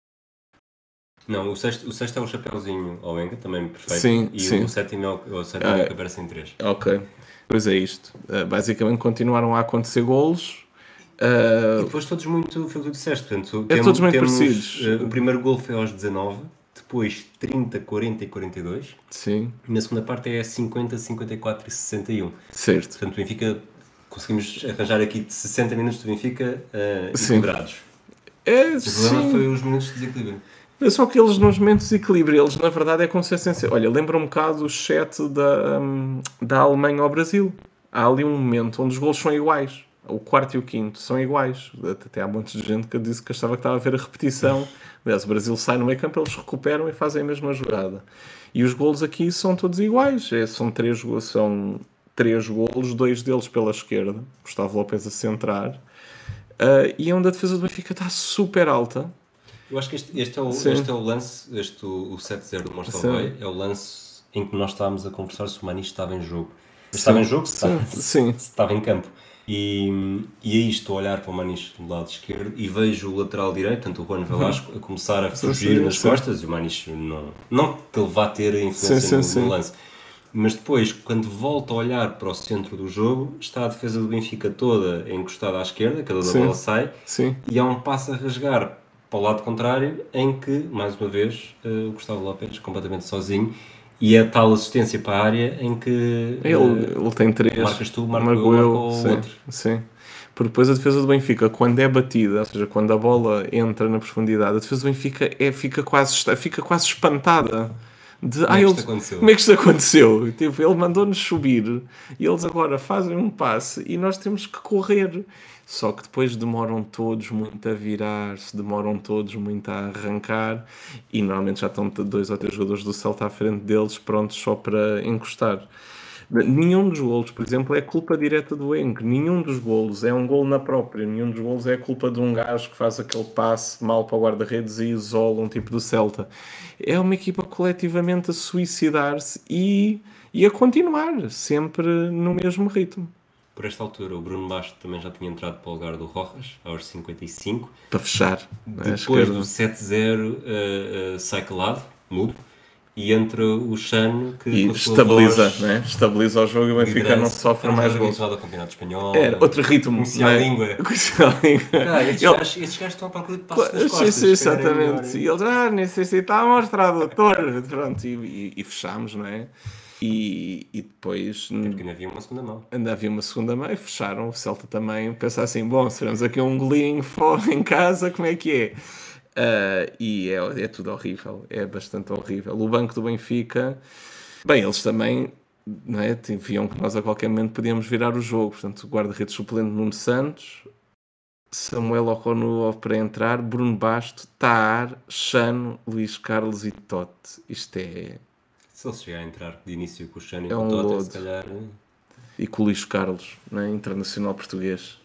Não, o sexto é o chapéuzinho ao Enga, também perfeito. Sim, e sim. O sétimo é que aparece em 3. Ok, pois é isto. Basicamente continuaram a acontecer golos. E depois todos muito, foi o que tu disseste, portanto, todos muito parecidos. O primeiro golo foi aos 19, depois 30, 40 e 42. Sim. E na segunda parte é 50, 54 e 61. Certo. Portanto, o Benfica, conseguimos arranjar aqui de 60 minutos do Benfica equilibrados. O problema foi os minutos de desequilíbrio. É só que eles nos momentos de equilíbrio, eles na verdade é consistência. Olha, lembra um bocado o chat da Alemanha ao Brasil. Há ali um momento onde os golos são iguais. o quarto e o quinto são iguais. Até há montes de gente que disse que achava que estava a ver a repetição. Aliás, o Brasil sai no meio campo, eles recuperam e fazem a mesma jogada. E os golos aqui são todos iguais. São três golos, 2 deles pela esquerda. Gustavo Lopes a centrar. E onde a defesa do Benfica está super alta. Eu acho que este é o lance, o 7-0 do Mostabai, é o lance em que nós estávamos a conversar se o Maniche estava em jogo. Estava em jogo, se estava em campo. E aí estou a olhar para o Maniche do lado esquerdo e vejo o lateral direito, tanto o Juan Velasco, a começar a fugir nas costas, e o Maniche não que ele vá ter influência no lance. Mas depois, quando volta a olhar para o centro do jogo, está a defesa do Benfica toda encostada à esquerda, cada bola sai, e há um passo a rasgar para o lado contrário, em que, mais uma vez, o Gustavo Lopes completamente sozinho, e é tal assistência para a área em que ele tem 3, marcas tu, marco eu, o outro. Sim. Porque depois a defesa do Benfica, quando é batida, ou seja, quando a bola entra na profundidade, a defesa do Benfica fica quase espantada. Como é que isto aconteceu? Tipo, ele mandou-nos subir e eles agora fazem um passe e nós temos que correr. Só que depois demoram todos muito a virar-se, demoram todos muito a arrancar e normalmente já estão 2 ou 3 jogadores do Celta à frente deles prontos só para encostar. Nenhum dos golos, por exemplo, é culpa direta do Enk. Nenhum dos golos é um golo na própria. Nenhum dos golos é culpa de um gajo que faz aquele passe mal para o guarda-redes e isola um tipo do Celta. É uma equipa coletivamente a suicidar-se e a continuar sempre no mesmo ritmo. Por esta altura, o Bruno Basto também já tinha entrado para o lugar do Rojas, aos 55. Para fechar. Depois do 7-0, sai calado, mudo. E entra o Chano que estabiliza, né? Estabiliza o jogo e o Benfica não sofre mais gols. Ao Campeonato Espanhol. Era outro ritmo. Conhecia a língua. Estes gajos estão à procura de passos nas costas. Sim, exatamente. E eles, necessitamos tradutor. Pronto, e fechámos, não é? E depois... Porque ainda havia uma segunda mão. Ainda havia uma segunda mão e fecharam. O Celta também pensa assim, bom, se tivermos aqui um golinho fora em casa, como é que é? E é tudo horrível, é bastante horrível. O banco do Benfica, bem, eles também, não é, viam que nós a qualquer momento podíamos virar o jogo. Portanto, o guarda-redes suplente Nuno Santos, Samuel Okono para entrar, Bruno Basto, Taar, Chano, Luís Carlos e Tote. Isto é... Se ele chegar a entrar de início com o Chano e com o Tote, se calhar... E com o Luís Carlos, não é? Internacional português.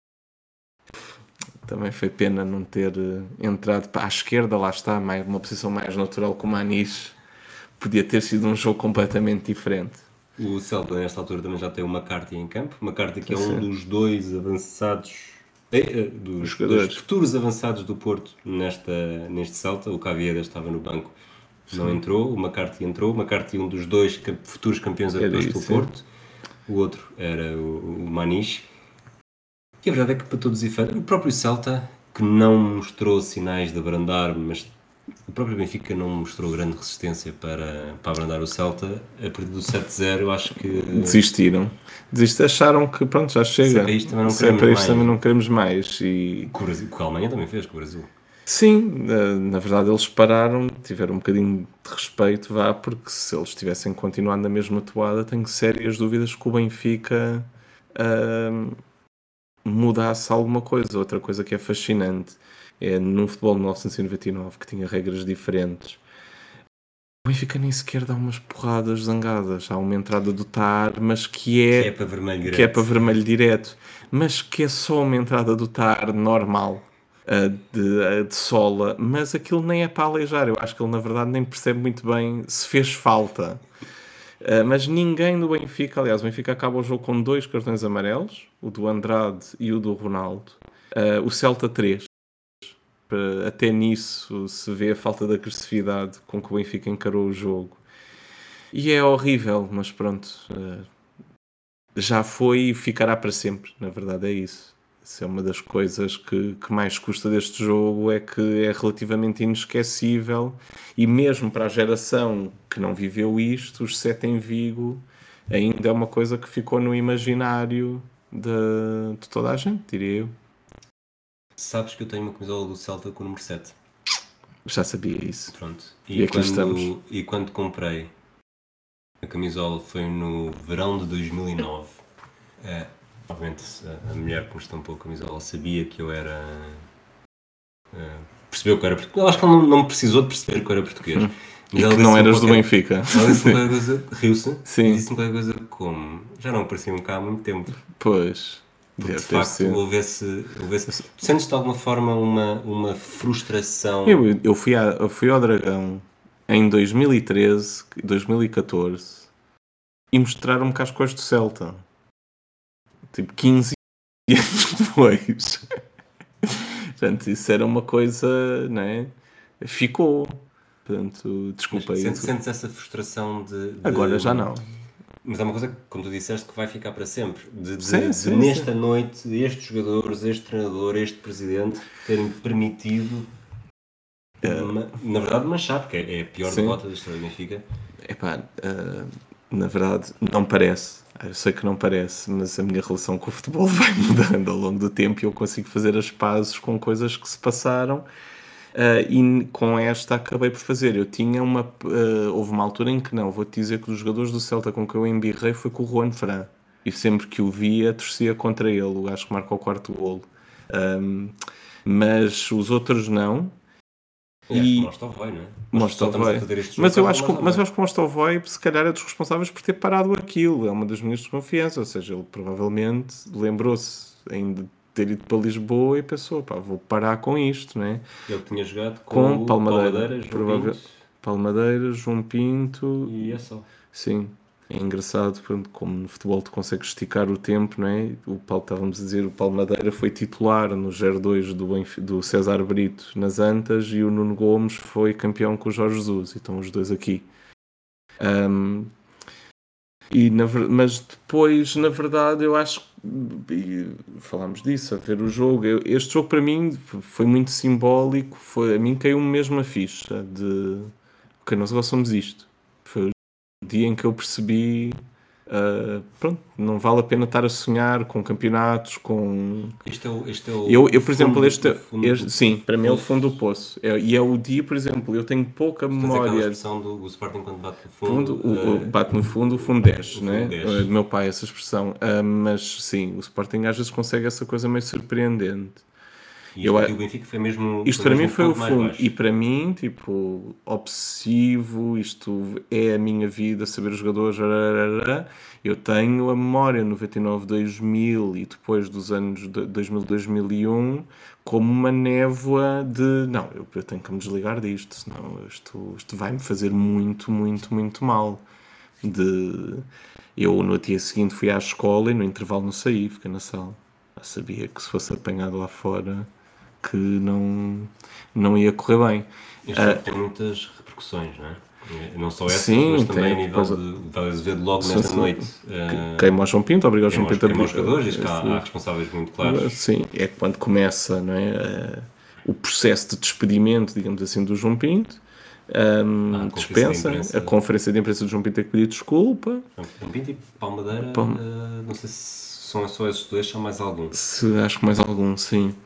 Também foi pena não ter entrado para a esquerda, lá está, uma posição mais natural com o Maniche. Podia ter sido um jogo completamente diferente. O Celta, nesta altura, também já tem o McCarthy em campo. O McCarthy, que é um dos 2 avançados, dos futuros avançados do Porto neste Celta. O Caviedas estava no banco, não entrou. O McCarthy entrou. O McCarthy, um dos 2 futuros campeões europeus do Porto. O outro era o Maniche. E a verdade é que, para todos os efeitos, o próprio Celta, que não mostrou sinais de abrandar, mas o próprio Benfica não mostrou grande resistência para abrandar o Celta, a partir do 7-0, eu acho que... Desistiram. Acharam que, pronto, já chega. Para isto também não queremos mais. E... Com a Alemanha também fez, com o Brasil. Sim, na verdade eles pararam, tiveram um bocadinho de respeito, porque se eles tivessem continuado na mesma toada, tenho sérias dúvidas que o Benfica... mudasse alguma coisa. Outra coisa que é fascinante é no futebol de 1999, que tinha regras diferentes, o Benfica nem sequer dá umas porradas zangadas. Há uma entrada do Taar, mas que é para vermelho direto, mas que é só uma entrada do Taar normal, de sola, mas aquilo nem é para aleijar. Eu acho que ele na verdade nem percebe muito bem se fez falta. Mas ninguém do Benfica, aliás, o Benfica acaba o jogo com 2 cartões amarelos, o do Andrade e o do Ronaldo, o Celta 3. Até nisso se vê a falta de agressividade com que o Benfica encarou o jogo. E é horrível, mas pronto, já foi e ficará para sempre, na verdade é isso. Isso é uma das coisas que mais custa deste jogo, é que é relativamente inesquecível, e mesmo para a geração que não viveu isto, os 7 em Vigo ainda é uma coisa que ficou no imaginário de toda a gente, diria eu. Sabes que eu tenho uma camisola do Celta com o número 7. Já sabia isso. Pronto. E aqui estamos. E quando comprei a camisola foi no verão de 2009. Obviamente a mulher que me estampou a camisola sabia que eu era... percebeu que eu era português. Acho que ela não precisou de perceber que eu era português. Mas e que não eras do Benfica. Ela disse-me qualquer coisa, riu-se, Sim. E disse-me qualquer coisa como... Já não apareciam cá há muito tempo. Pois. Porque de facto houve esse... Tu sentes de alguma forma uma frustração? Eu fui ao Dragão em 2013, 2014 e mostraram-me cascóis do Celta. Tipo, 15 anos depois. Portanto, isso era uma coisa, não é? Ficou. Portanto, desculpa aí. Sentes essa frustração de... Agora já não. Mas é uma coisa, como tu disseste, que vai ficar para sempre. Sim. Nesta noite, estes jogadores, este treinador, este presidente terem permitido, na verdade, manchar, porque é a pior derrota da história do Benfica. Epá, na verdade, não parece. Eu sei que não parece, mas a minha relação com o futebol vai mudando ao longo do tempo e eu consigo fazer as pazes com coisas que se passaram. E com esta acabei por fazer. Eu tinha houve uma altura em que não, vou-te dizer que dos jogadores do Celta com que eu embirrei foi com o Juan Fran. E sempre que o via, torcia contra ele, o gajo que marca o quarto golo. Mas os outros não. Mostovoi, não é? Mostovoi. Mas eu acho que o Mostovoi se calhar é dos responsáveis por ter parado aquilo. É uma das minhas desconfianças. Ou seja, ele provavelmente lembrou-se ainda de ter ido para Lisboa e pensou, pá, vou parar com isto, não é? Ele tinha jogado com Palmadeira, João Pinto... E é só. Sim. É engraçado, como no futebol tu consegues esticar o tempo, não é? Estávamos a dizer, o Palmadeira foi titular no 0-2 do César Brito nas Antas e o Nuno Gomes foi campeão com o Jorge Jesus. E estão os dois aqui. Mas depois, na verdade, eu acho que falámos disso, a ver o jogo. Este jogo para mim foi muito simbólico. A mim caiu-me mesmo a ficha de que nós agora somos isto. Foi o dia em que eu percebi pronto, não vale a pena estar a sonhar com campeonatos, com... Este é o eu por exemplo, sim, para mim é o fundo do poço. E é o dia, por exemplo, eu tenho pouca memória... Aquela expressão do Sporting quando bate no fundo... bate no fundo, o fundo desce, né? Do meu pai, essa expressão. Mas sim, o Sporting às vezes consegue essa coisa meio surpreendente. E o Benfica foi mesmo... Isto para mim foi o fundo. E para mim, tipo, obsessivo, isto é a minha vida, saber os jogadores... Eu tenho a memória 99, 2000 e depois dos anos 2000, 2001 como uma névoa de... Não, eu tenho que me desligar disto, senão isto vai-me fazer muito, muito, muito mal. Eu no dia seguinte fui à escola e no intervalo não saí, fiquei na sala. Eu sabia que se fosse apanhado lá fora... que não ia correr bem. Isto tem muitas repercussões, não é? Não só essa, mas também a nível de Azevedo logo nesta noite. Queima ao João Pinto, obriga ao João Pinto a abrir. Jogadores, diz que há responsáveis muito claros. Sim, é quando começa, não é, o processo de despedimento, digamos assim, do João Pinto. Dispensa, a conferência de imprensa do João Pinto tem que pedir desculpa. João Pinto e Palmadeira, não sei se são só esses dois, são mais algum. Acho que mais algum, sim.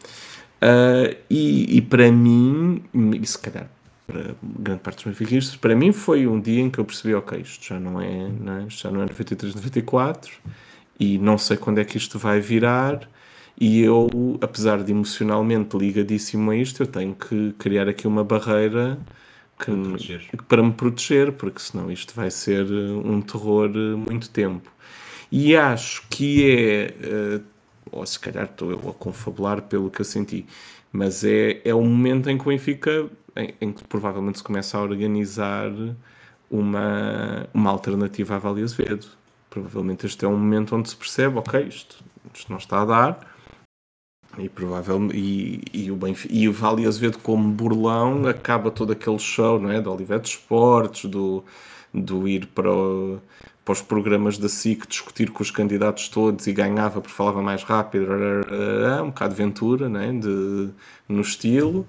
E para mim, e se calhar para grande parte dos benfiquistas, para mim foi um dia em que eu percebi, ok, isto já não é 93, 94 e não sei quando é que isto vai virar e eu, apesar de emocionalmente ligadíssimo a isto, eu tenho que criar aqui uma barreira para me proteger, porque senão isto vai ser um terror muito tempo. E acho que ou se calhar estou eu a confabular pelo que eu senti, mas é um momento em que o Benfica, em que provavelmente se começa a organizar uma alternativa à Vale Azevedo. Provavelmente este é um momento onde se percebe, ok, isto não está a dar, e provavelmente e o Vale Azevedo como burlão acaba todo aquele show, não é, do Olivetti Esportes, do ir para os programas da SIC discutir com os candidatos todos e ganhava porque falava mais rápido, um bocado de Ventura, né? No estilo,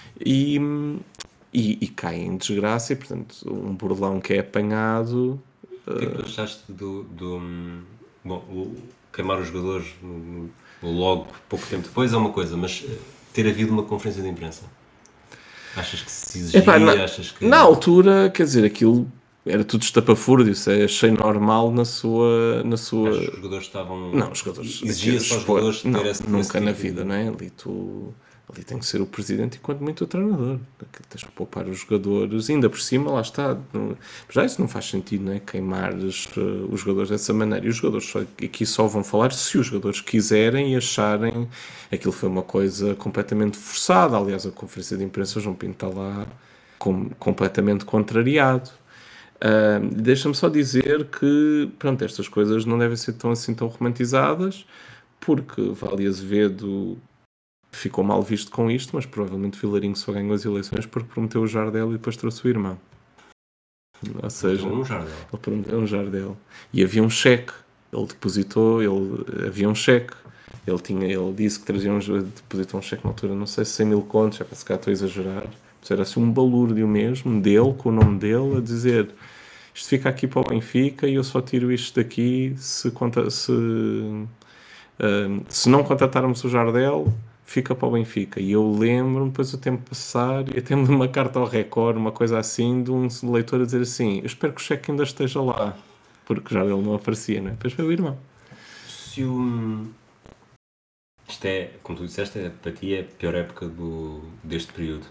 e cai em desgraça, e portanto um burlão que é apanhado. O que é que tu achaste queimar os jogadores logo pouco tempo depois é uma coisa, mas ter havido uma conferência de imprensa, achas que se exigia? Na altura, quer dizer, aquilo era tudo estapafúrdio, achei normal na sua... Mas os jogadores estavam... Não, os jogadores... Exigia-se aos jogadores ter nunca esse na tipo vida, não é? Ali tem que ser o presidente e quanto muito o treinador. Tens que poupar os jogadores, ainda por cima, lá está. Já isso não faz sentido, não é? Queimar os jogadores dessa maneira. E os jogadores aqui só vão falar se os jogadores quiserem e acharem aquilo foi uma coisa completamente forçada. Aliás, a conferência de imprensa, o João Pinto está lá completamente contrariado. Deixa-me só dizer que, pronto, estas coisas não devem ser assim tão romantizadas, porque Vale Azevedo ficou mal visto com isto, mas provavelmente Vilarinho só ganhou as eleições porque prometeu o Jardel e depois trouxe o irmão. Ou seja, ele prometeu um Jardel. E havia um cheque. Ele depositou, havia um cheque. Ele disse que depositou um cheque na altura, não sei se 100 mil contos, já se cá estou a exagerar. Mas era assim um balúrdio mesmo, dele, com o nome dele, a dizer: isto fica aqui para o Benfica e eu só tiro isto daqui se não contratarmos o Jardel, fica para o Benfica. E eu lembro-me, depois do tempo passar, e até uma carta ao Record, uma coisa assim, de um leitor a dizer assim: eu espero que o cheque ainda esteja lá, porque já ele não aparecia, não é? Depois foi o irmão. Isto é, como tu disseste, para ti é a pior época deste período.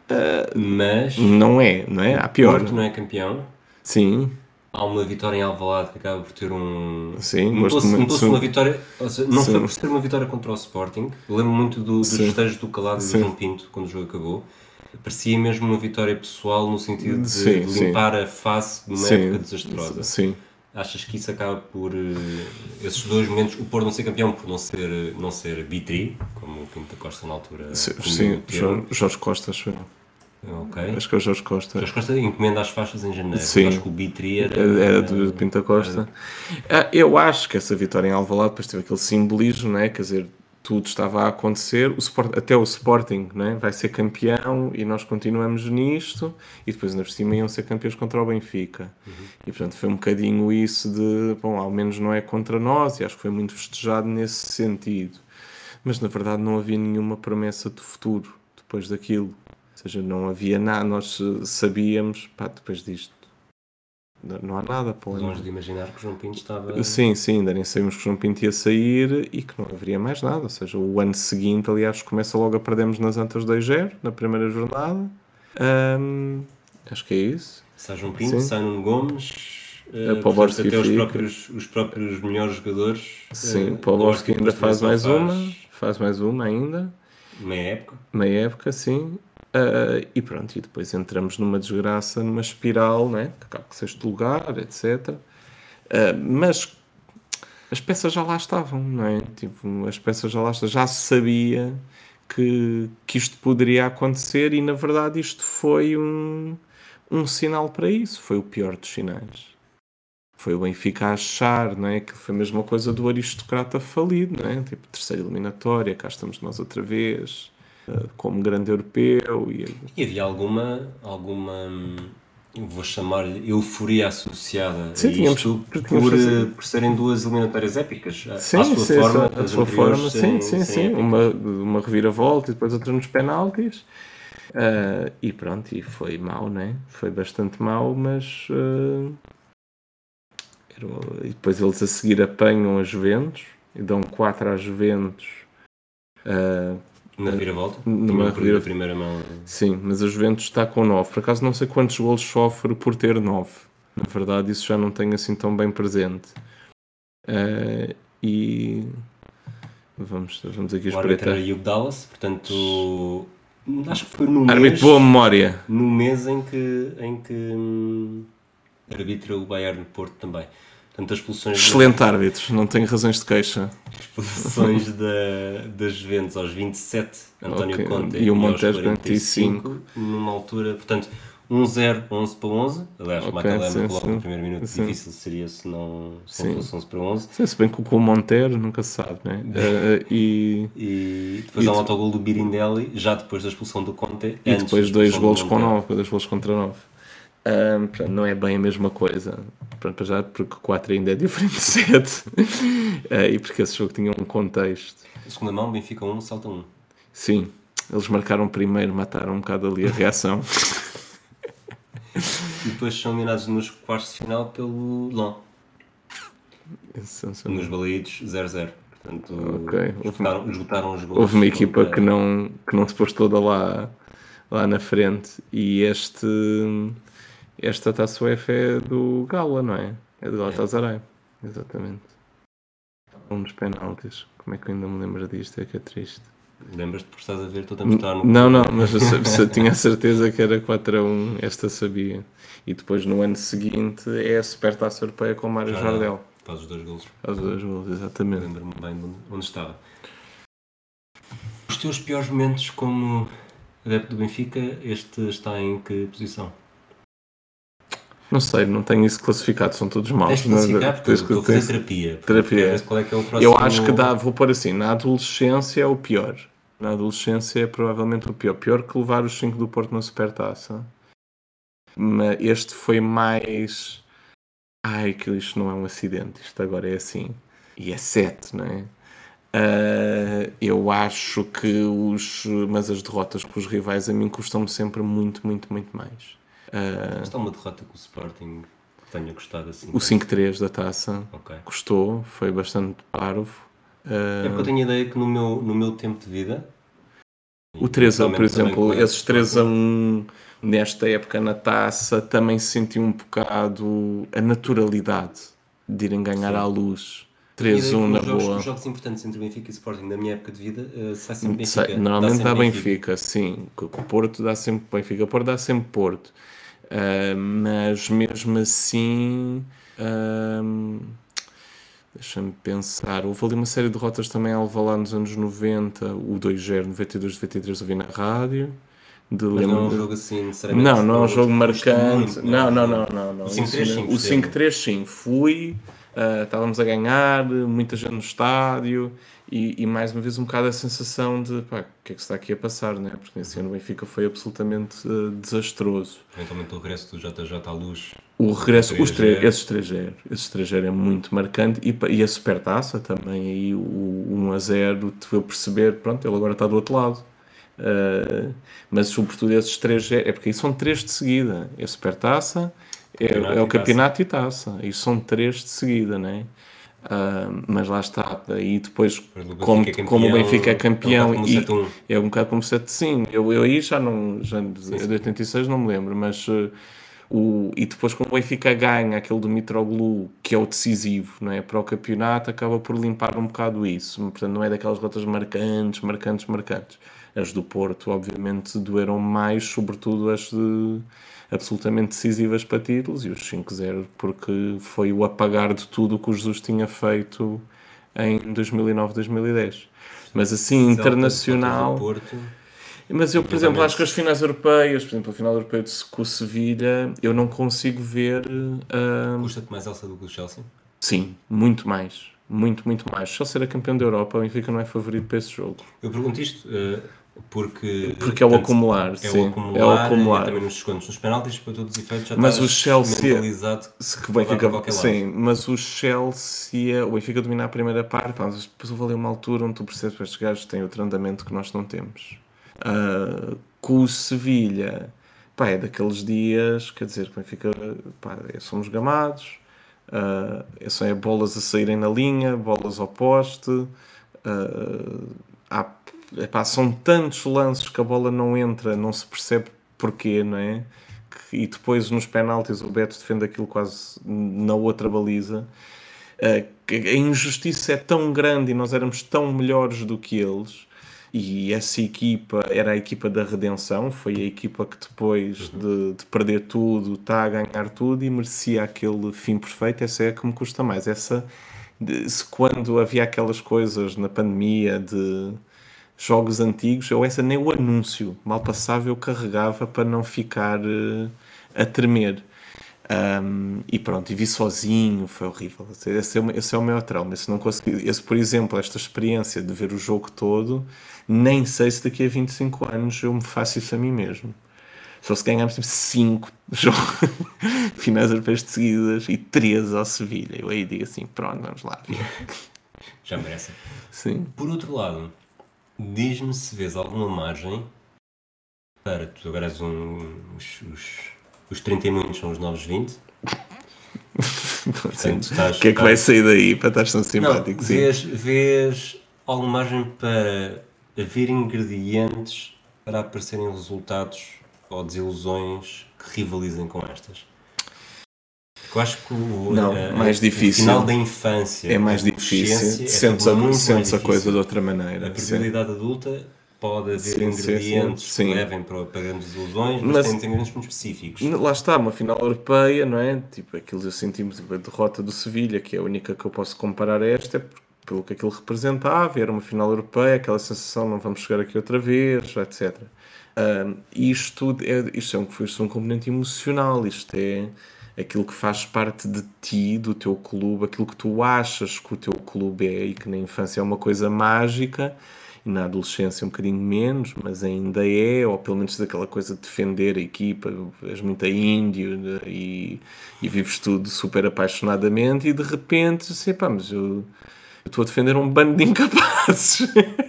Mas não é? Há pior. Porto não é campeão. Sim. Há uma vitória em Alvalade que acaba por ter um... Sim, notou-se uma vitória... Ou seja, não foi por ser uma vitória contra o Sporting. Eu lembro muito dos festejos do Calado e do João Pinto, quando o jogo acabou. Parecia mesmo uma vitória pessoal, no sentido de limpar a face de uma época desastrosa. Sim. Achas que isso acaba por... esses dois momentos, o Porto não ser campeão por não ser bitri, como o Pinto da Costa na altura... Sim, Jorge Costa, acho eu. Okay. Acho que é o Jorge Costa. Jorge Costa encomenda as faixas em janeiro. Sim. Acho que o Bitri era do Pinto da Costa. Eu acho que essa vitória em Alvalade depois teve aquele simbolismo, não é? Quer dizer, tudo estava a acontecer, até o Sporting, não é? Vai ser campeão e nós continuamos nisto, e depois ainda por cima iam ser campeões contra o Benfica. E portanto foi um bocadinho isso de, bom, ao menos não é contra nós, e acho que foi muito festejado nesse sentido. Mas na verdade não havia nenhuma promessa de futuro depois daquilo. Ou seja, não havia nada, nós sabíamos, depois disto, não há nada. Longe de imaginar que o João Pinto estava... Sim, ainda nem sabíamos que o João Pinto ia sair e que não haveria mais nada. Ou seja, o ano seguinte, aliás, começa logo a perdermos nas Antas 2-0, na primeira jornada. Acho que é isso. Sai João Pinto, sai Nuno Gomes... Poborski até os próprios melhores jogadores... Sim, o Poborski ainda faz mais uma ainda. Meia época, sim. E pronto, e depois entramos numa desgraça, numa espiral, né? Que acaba com sexto lugar, etc. Mas as peças já lá estavam, não é? Tipo, as peças já lá estavam, já se sabia que isto poderia acontecer, e na verdade isto foi um sinal para isso. Foi o pior dos sinais. Foi o Benfica a achar, não é? Que foi a mesma coisa do aristocrata falido, não é? Tipo, terceira eliminatória, cá estamos nós outra vez, como grande europeu. E havia alguma vou chamar-lhe euforia associada a isto, por serem duas eliminatórias épicas. Sim, a sua forma, sim. Uma reviravolta e depois outra nos penaltis. E pronto, e foi mau, não é? Foi bastante mau, mas... E depois eles a seguir apanham a Juventus e dão 4 à Juventus. Na reviravolta? Numa reviravolta. Primeira mão. Sim, mas a Juventus está com 9. Por acaso não sei quantos golos sofre por ter 9. Na verdade isso já não tenho assim tão bem presente. E vamos aqui espreitar. O árbitro era Hugh Dallas, portanto... Acho que foi no árbitro boa memória. No mês em que arbitra o Bayern de Porto também. Portanto, as expulsões... Excelente árbitro, não tenho razões de queixa. Expulsões das Juventus aos 27, António Conte, e o Monteiro 45. Numa altura, portanto, 1-0, 11 para 11. Aliás, Matalema coloca no primeiro minuto, difícil seria se não fosse 11 para 11. Se bem que com o Monteiro nunca se sabe, não é? E depois há um autogol do Birindelli, já depois da expulsão do Conte. E depois 2 golos com 9, 2 golos contra 9. Não é bem a mesmo coisa, já porque 4 ainda é diferente de 7 e porque esse jogo tinha um contexto. A segunda mão, Benfica 1, Salta 1. Sim, eles marcaram primeiro, mataram um bocado ali a reação. e depois são eliminados nos quartos de final pelo Lyon. Nos balaídos 0-0. Portanto, okay. esgotaram os gols. Houve uma equipa que não se pôs toda lá na frente. E esta Taça UEFA é do Gala, não é? É do Galatasaray. Exatamente. Dos penaltis. Como é que eu ainda me lembro disto? É que é triste. Lembras-te porque estás a ver? Estou a mostrar no... Não, mas eu tinha a certeza que era 4-1. Esta sabia. E depois no ano seguinte é a Supertaça Europeia com o Mário Jardel. Faz os 2 golos. Faz os 2 golos, exatamente. Lembro-me bem de onde estava. Os teus piores momentos como adepto do Benfica, este está em que posição? Não sei, não tenho isso classificado, são todos maus. Tens de classificar porque estou a fazer terapia. Qual é que é o próximo... Eu acho que vou pôr assim, na adolescência é o pior. Na adolescência é provavelmente o pior. Pior que levar os 5 do Porto na Supertaça. Mas este foi mais... Ai, que isto não é um acidente, isto agora é assim. E é 7, não é? Eu acho que mas as derrotas com os rivais a mim custam-me sempre muito, muito, muito mais. Está uma derrota com o Sporting que tenha custado assim? O 5-3 da taça custou, foi bastante parvo. É porque eu tenho a ideia que no meu tempo de vida, o 3-1, por exemplo, esses 3-1 nesta época na taça também senti um bocado a naturalidade de irem ganhar à luz. 3-1 na boa. Os jogos importantes entre Benfica e Sporting na minha época de vida sai sempre Benfica. Normalmente dá Benfica, sim. O Porto dá sempre Benfica. O Porto dá sempre Porto. Mas mesmo assim, deixa-me pensar. Houve ali uma série de derrotas também a Alvalade nos anos 90. O 2-0, 92, 93 eu vi na rádio. Mas não é um jogo assim, necessariamente. Não é um jogo marcante. Não. O 5-3 sim, fui. Estávamos a ganhar, muita gente no estádio e mais uma vez um bocado a sensação de o que é que está aqui a passar, né? Porque nesse ano o Benfica foi absolutamente desastroso. Eventualmente o regresso do JJ à luz. O regresso, esses 3-0 é muito marcante e a Supertaça também, aí o 1-0 te a perceber, pronto, ele agora está do outro lado. Mas sobretudo esses 3-0, é porque aí são 3 de seguida, é a Supertaça, é o campeonato e taça, e são 3 de seguida, não é? Mas lá está, e depois como o Benfica é campeão é um bocado como 7, sim, eu aí já de 86 não me lembro, mas e depois quando o Benfica ganha aquele do Mitroglou, que é o decisivo, não é? Para o campeonato, acaba por limpar um bocado isso, portanto não é daquelas rotas marcantes. As do Porto obviamente doeram mais, sobretudo as absolutamente decisivas para títulos, e os 5-0 porque foi o apagar de tudo o que o Jesus tinha feito em 2009, 2010. Mas assim, internacional... Mas eu, por exemplo, acho que as finais europeias, por exemplo, a final europeia com o Sevilha, eu não consigo ver... Custa-te mais alça do que o Chelsea? Sim, muito mais. Muito, muito mais. Se ser a campeão da Europa, o Benfica não é favorito para esse jogo. Eu pergunto isto porque é o acumular, sim. É o acumular. Também nos descontos, nos penaltis, para todos os efeitos, já mas estás mentalizado que vai ficar qualquer lado. Sim, mas o Chelsea, o Benfica domina a primeira parte, mas depois houve ali uma altura onde tu percebes que estes gajos têm outro andamento que nós não temos. Com o Sevilha, é daqueles dias, quer dizer, que o Benfica, somos gamados, são bolas a saírem na linha, bolas ao poste, são tantos lances que a bola não entra, não se percebe porquê, não é? E depois nos penaltis o Beto defende aquilo quase na outra baliza. A injustiça é tão grande e nós éramos tão melhores do que eles, e essa equipa era a equipa da redenção, foi a equipa que depois de perder tudo está a ganhar tudo e merecia aquele fim perfeito. Essa é a que me custa mais. Quando havia aquelas coisas na pandemia de jogos antigos, essa nem o anúncio mal passava eu carregava para não ficar a tremer. E pronto, e vi sozinho, foi horrível. Esse é o meu trauma. Por exemplo, esta experiência de ver o jogo todo, nem sei se daqui a 25 anos eu me faço isso a mim mesmo. Só se ganharmos 5 jogos finais europeias de seguidas e 3 ao Sevilha, eu aí digo assim, pronto, vamos lá. Já merece. Sim. Por outro lado, diz-me se vês alguma margem para tu agora és os 30 e muitos são os novos 20. Portanto, o que é que vai sair daí para estar tão simpático? Não, vês alguma margem para haver ingredientes para aparecerem resultados ou desilusões que rivalizem com estas? Eu acho que mais difícil. O final da infância é mais difícil, sentes a coisa de outra maneira. A prioridade adulta pode haver ingredientes que levem para grandes ilusões, mas tem ingredientes muito específicos. Lá está, uma final europeia, não é? Tipo, aquilo eu senti a derrota do Sevilha, que é a única que eu posso comparar a esta, pelo que aquilo representava, era uma final europeia, aquela sensação, não vamos chegar aqui outra vez, etc. Isto é um componente emocional, isto é aquilo que faz parte de ti, do teu clube, aquilo que tu achas que o teu clube é e que na infância é uma coisa mágica e na adolescência um bocadinho menos, mas ainda é, ou pelo menos daquela coisa de defender a equipa, és muito índio e vives tudo super apaixonadamente e de repente, sei pá, mas eu estou a defender um bando de incapazes.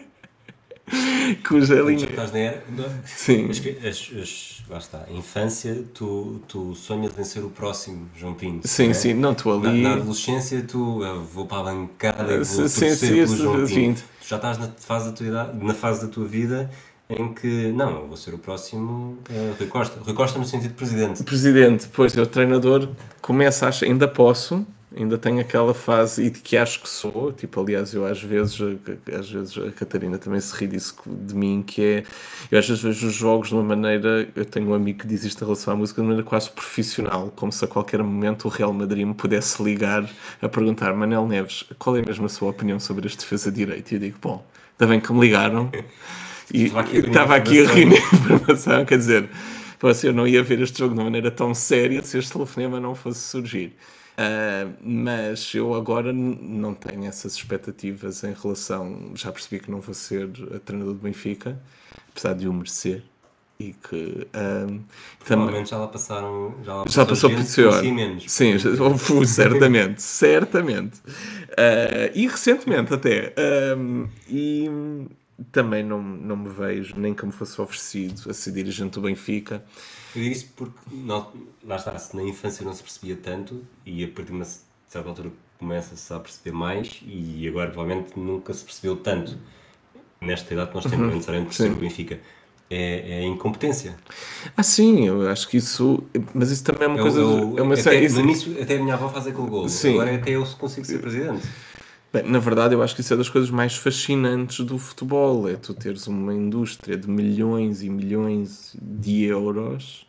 Cuja linha. Sim. Lá está. A infância, tu sonhas em ser o próximo João Pinto. Sim, sim. Não, tu ali. Na adolescência, eu vou para a bancada e vou torcer pelo João Pinto. Tu já estás na fase da tua vida em que, não, eu vou ser o próximo Rui Costa. Rui Costa no sentido de presidente. Presidente, pois, o treinador começa a achar, ainda tenho aquela fase e de que acho que sou, tipo, aliás, eu às vezes a Catarina também se ri disso de mim, que é, eu às vezes vejo os jogos de uma maneira, eu tenho um amigo que diz isto em relação à música de maneira quase profissional, como se a qualquer momento o Real Madrid me pudesse ligar a perguntar: Manel Neves, qual é mesmo a sua opinião sobre este defesa-direito? E eu digo, bom, está bem que me ligaram e estava aqui a reunir informação, quer dizer, eu não ia ver este jogo de uma maneira tão séria se este telefonema não fosse surgir. Mas eu agora não tenho essas expectativas em relação. Já percebi que não vou ser treinador do Benfica, apesar de o merecer. E que provavelmente já lá passaram. Já passou por pior. Sim, certamente. E recentemente até. E também não me vejo, nem que me fosse oferecido a ser dirigente do Benfica. Eu digo isso porque, lá está, se na infância não se percebia tanto e a partir de uma certa altura começa-se a perceber mais e agora provavelmente nunca se percebeu tanto. Nesta idade que nós temos, necessariamente perceber o Benfica. É a incompetência. Sim, eu acho que isso... Mas isso também é uma coisa... No início, até a minha avó faz aquele golo. Agora até eu consigo ser presidente. Bem, na verdade, eu acho que isso é das coisas mais fascinantes do futebol. É tu teres uma indústria de milhões e milhões de euros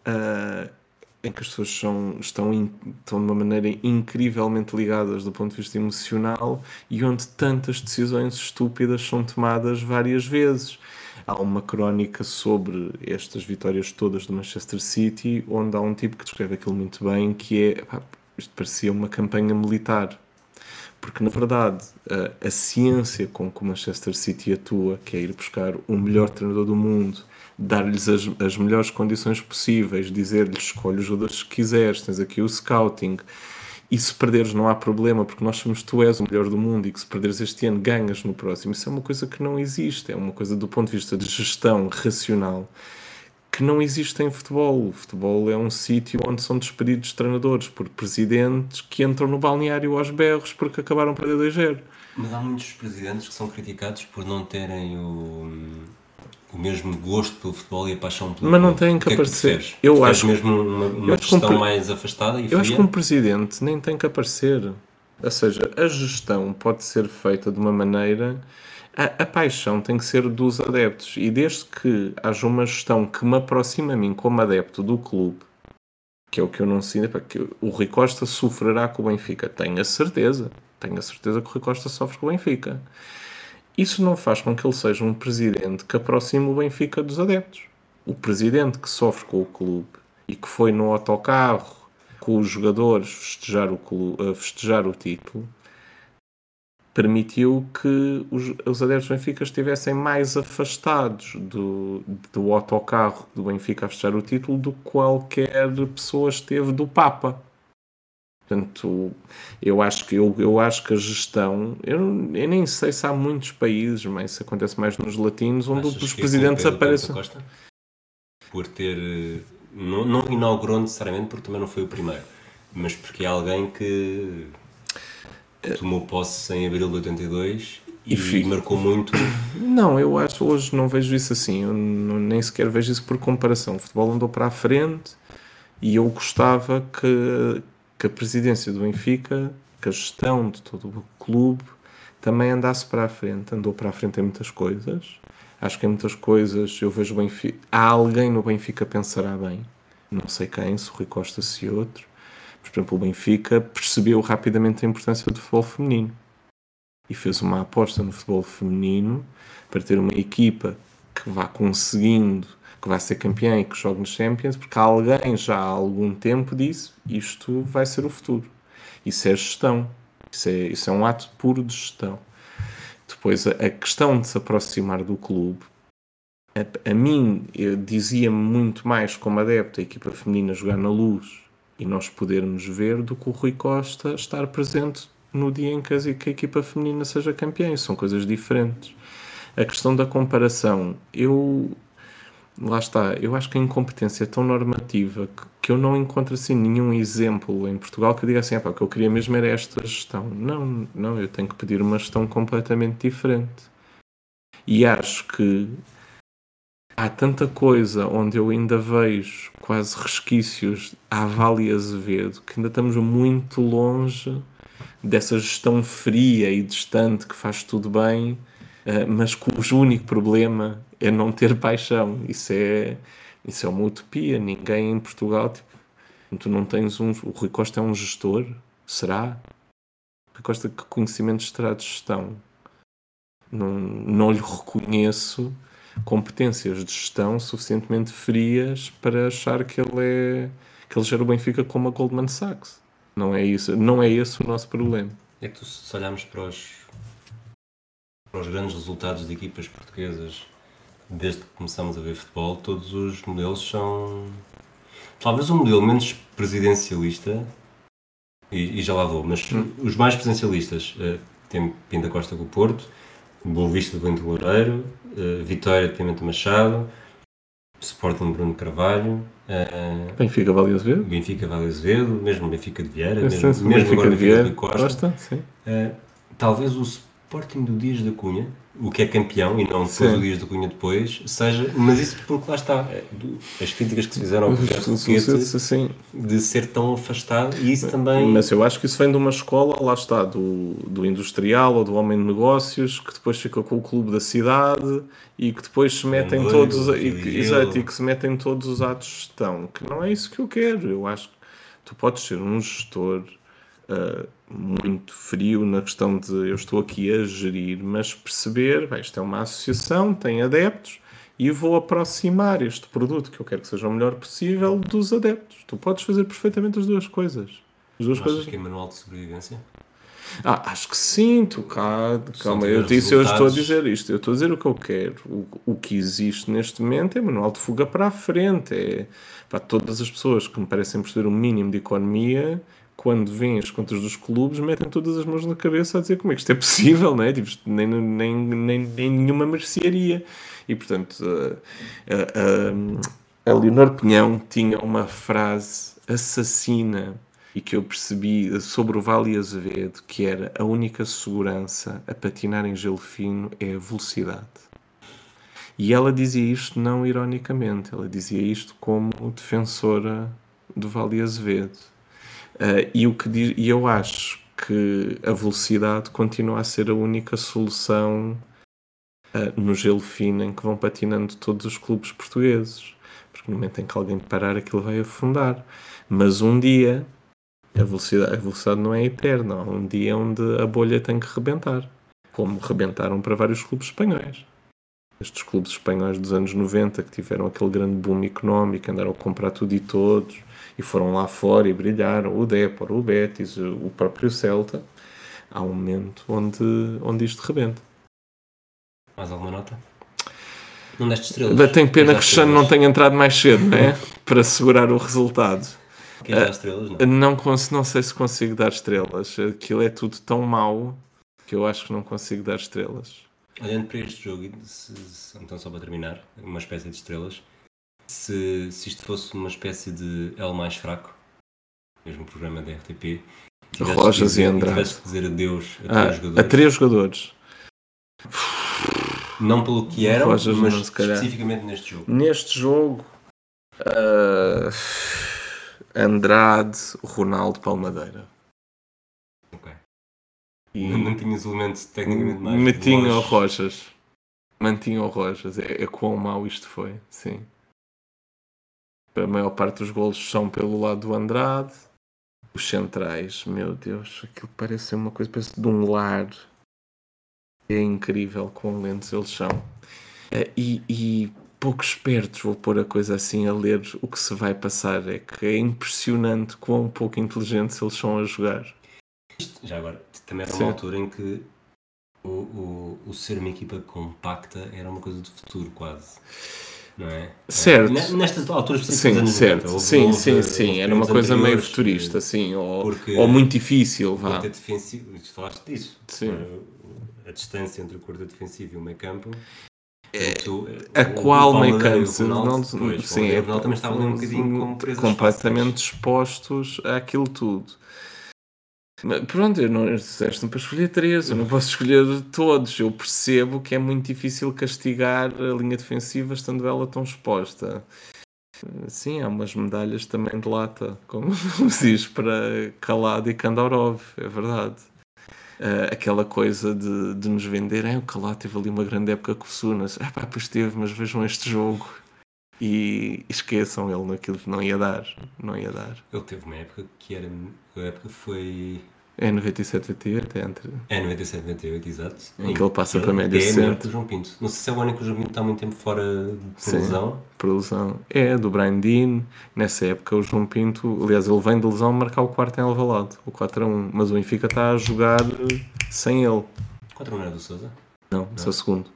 em que as pessoas estão de uma maneira incrivelmente ligadas do ponto de vista emocional e onde tantas decisões estúpidas são tomadas várias vezes. Há uma crónica sobre estas vitórias todas do Manchester City, onde há um tipo que descreve aquilo muito bem, que é, isto parecia uma campanha militar. Porque, na verdade, a ciência com que o Manchester City atua, que é ir buscar o melhor treinador do mundo, dar-lhes as melhores condições possíveis, dizer-lhes, escolhe os jogadores que quiseres, tens aqui o scouting, e se perderes não há problema, porque nós somos, tu és o melhor do mundo, e que se perderes este ano ganhas no próximo. Isso é uma coisa que não existe, é uma coisa do ponto de vista de gestão racional, que não existe em futebol. O futebol é um sítio onde são despedidos treinadores por presidentes que entram no balneário aos berros porque acabaram para perder 2-0. Mas há muitos presidentes que são criticados por não terem o mesmo gosto pelo futebol e a paixão pelo futebol. Mas não têm que aparecer. Eu acho mesmo uma gestão mais afastada e fria. Eu acho que um presidente nem tem que aparecer. Ou seja, a gestão pode ser feita de uma maneira... A paixão tem que ser dos adeptos e desde que haja uma gestão que me aproxima a mim como adepto do clube, que é o que eu não sinto, que o Rui Costa sofrerá com o Benfica. Tenho a certeza que o Rui Costa sofre com o Benfica. Isso não faz com que ele seja um presidente que aproxime o Benfica dos adeptos. O presidente que sofre com o clube e que foi no autocarro com os jogadores festejar o título, permitiu que os adeptos do Benfica estivessem mais afastados do autocarro do Benfica a festejar o título do que qualquer pessoa esteve do Papa. Portanto, eu acho que a gestão... Eu nem sei se há muitos países, mas isso acontece mais nos latinos, onde os presidentes aparecem... por ter. Não inaugurou necessariamente, porque também não foi o primeiro, mas porque é alguém que tomou posse em abril de 82 e marcou muito. Não, eu acho, hoje não vejo isso assim, eu nem sequer vejo isso por comparação. O futebol andou para a frente e eu gostava que a presidência do Benfica, que a gestão de todo o clube também andasse para a frente. Andou para a frente em muitas coisas. Acho que em muitas coisas eu vejo o Benfica. Há alguém no Benfica que pensará bem. Não sei quem, se o Rui Costa, se outro. Por exemplo, o Benfica percebeu rapidamente a importância do futebol feminino e fez uma aposta no futebol feminino para ter uma equipa que vá conseguindo, que vai ser campeã e que jogue nos Champions, porque alguém já há algum tempo disse isto vai ser o futuro. Isso é gestão. Isso é um ato puro de gestão. Depois, a questão de se aproximar do clube, a mim, eu dizia-me muito mais como adepto a equipa feminina jogar na Luz e nós podermos ver do que o Rui Costa estar presente no dia em que a equipa feminina seja campeã. São coisas diferentes. A questão da comparação, lá está, eu acho que a incompetência é tão normativa que eu não encontro assim nenhum exemplo em Portugal que eu diga assim, o que eu queria mesmo era esta gestão. Não, eu tenho que pedir uma gestão completamente diferente. E acho que há tanta coisa onde eu ainda vejo quase resquícios à Vale Azevedo que ainda estamos muito longe dessa gestão fria e distante que faz tudo bem, mas cujo único problema é não ter paixão. Isso é uma utopia. Ninguém em Portugal, tu não tens o Rui Costa é um gestor? Será? O Rui Costa, que conhecimentos terá de gestão? Não lhe reconheço competências de gestão suficientemente frias para achar que ele gera o Benfica como a Goldman Sachs. Não é esse o nosso problema. É que se olharmos para os grandes resultados de equipas portuguesas desde que começamos a ver futebol, todos os modelos são talvez um modelo menos presidencialista e já lá vou, mas os mais presidencialistas tem Pinto da Costa com o Porto, Boa Vista do Bento Loureiro, Vitória de Pimenta Machado, Sporting Bruno Carvalho, Benfica Vale Azevedo, mesmo Benfica de Vieira, mesmo Benfica agora de Vieira Vieira, de Costa, sim. Talvez o Sporting do Dias da Cunha, o que é campeão e não depois o Dias da Cunha depois, seja, mas isso porque lá está, as críticas que se fizeram ao projeto de ser tão afastado, e isso também... Mas eu acho que isso vem de uma escola, lá está, do industrial ou do homem de negócios, que depois fica com o clube da cidade e que depois se metem todos e que se metem todos os atos de gestão, que não é isso que eu quero. Eu acho que tu podes ser um gestor muito frio na questão de eu estou aqui a gerir, mas perceber, isto é uma associação, tem adeptos e vou aproximar este produto que eu quero que seja o melhor possível dos adeptos. Tu podes fazer perfeitamente as duas coisas. Achas que é manual de sobrevivência? Acho que sim, calma, eu estou a dizer isto, eu estou a dizer o que eu quero. O que existe neste momento é manual de fuga para a frente. Todas as pessoas que me parecem perceber o mínimo de economia, quando veem as contas dos clubes, metem todas as mãos na cabeça a dizer como é que isto é possível, não é? Tipo, nem nenhuma mercearia. E, portanto, a Leonor Pinhão tinha uma frase assassina e que eu percebi sobre o Vale Azevedo, que era: a única segurança a patinar em gelo fino é a velocidade. E ela dizia isto não ironicamente, ela dizia isto como defensora do Vale Azevedo. E eu acho que a velocidade continua a ser a única solução no gelo fino em que vão patinando todos os clubes portugueses. Porque no momento em que alguém parar, aquilo vai afundar. Mas um dia, a velocidade não é eterna. Há um dia onde a bolha tem que rebentar. Como rebentaram para vários clubes espanhóis. Estes clubes espanhóis dos anos 90 que tiveram aquele grande boom económico, andaram a comprar tudo e todos e foram lá fora e brilharam, o Dépor, o Betis, o próprio Celta. Há um momento onde isto rebenta. Mais alguma nota? Não deste estrelas? Tenho pena que Cristiano não tenha entrado mais cedo, não é? Para segurar o resultado. Queres dar estrelas? Não sei se consigo dar estrelas. Aquilo é tudo tão mau que eu acho que não consigo dar estrelas. Olhando para este jogo, então só para terminar, uma espécie de estrelas, se isto fosse uma espécie de L mais fraco, mesmo programa da RTP, Rojas e Andrade. tivesse que dizer adeus a 3 jogadores. A 3 jogadores. Não pelo que eram, Rojas, mas não, se calhar. especificamente neste jogo. Neste jogo, Andrade, Ronaldo, Palmadeira. Ok. E Não tinhas elementos tecnicamente mais mantinha o longe. Rojas. Mantinha o Rojas. É quão mau isto foi, sim. A maior parte dos golos são pelo lado do Andrade. Os centrais, meu Deus, aquilo parece uma coisa, parece de um lar. É incrível quão lentos eles são. E pouco espertos, vou pôr a coisa assim a ler o que se vai passar. É que é impressionante quão pouco inteligentes eles são a jogar. Isto, já agora, também era uma altura em que o ser uma equipa compacta era uma coisa do futuro, quase. Não é? Certo. Nestas alturas, sim, anos certo. 90, sim. Era uma coisa meio futurista, sim, ou muito difícil, vá. O defensivo, falaste disso. Sim. A distância entre o quarteto defensivo e o meio campo. A qual meio campo? Sim, o Ronaldo também estava ali um bocadinho como preso completamente expostos àquilo tudo. Pronto, eu não disseste para escolher 3, eu não posso escolher todos. Eu percebo que é muito difícil castigar a linha defensiva estando ela tão exposta. Sim, há umas medalhas também de lata, como se diz, para Calado e Kandaurov, é verdade. Aquela coisa de nos vender, o Calado teve ali uma grande época com o Sunas. Pois teve, mas vejam este jogo e esqueçam ele naquilo que não ia dar. Ele teve uma época que era. A época foi. É 97, 98, entre. É 97, 98, exato. Em que ele passa para a média centro. É o João Pinto. Não sei se é o ano que o João Pinto está há muito tempo fora de lesão. Por lesão. É, do Brian Dean. Nessa época o João Pinto, aliás, ele vem de lesão marcar o quarto em Alvalade, o 4-1. Mas o Benfica está a jogar sem ele. 4-1 não é do Sousa? Não, esse é o segundo.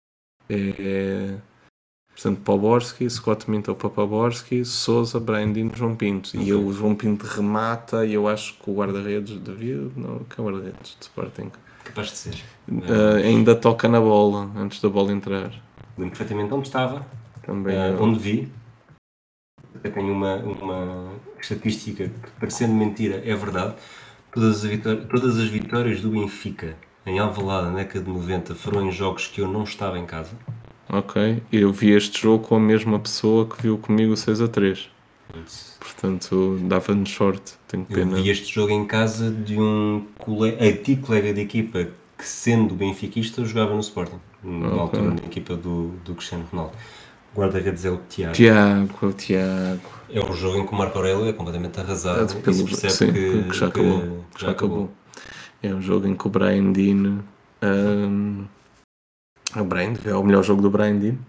Portanto, Poborski, Scott Minto para Poborski, Sousa, Brandon, João Pinto. Okay. E o João Pinto remata e eu acho que o guarda-redes David, não, que é o guarda-redes de Sporting. Capaz de ser. Ainda toca na bola, antes da bola entrar. Lembro perfeitamente onde estava, também onde vi. Eu tenho uma estatística que, parecendo mentira, é verdade. Todas as vitórias do Benfica em Alvalade na década de 90 foram em jogos que eu não estava em casa. Ok, eu vi este jogo com a mesma pessoa que viu comigo o 6-3. Portanto, dava-nos sorte. Tenho pena. Eu vi este jogo em casa de um antigo colega de equipa que, sendo benfiquista, jogava no Sporting. Na altura, na equipa do Cristiano Ronaldo. O guarda-redes é o Tiago. Tiago. É um jogo em que o Marco Aurélio é completamente arrasado. E se percebe que já acabou. É um jogo em que o Brian Dean... é o melhor jogo do Brian Dean.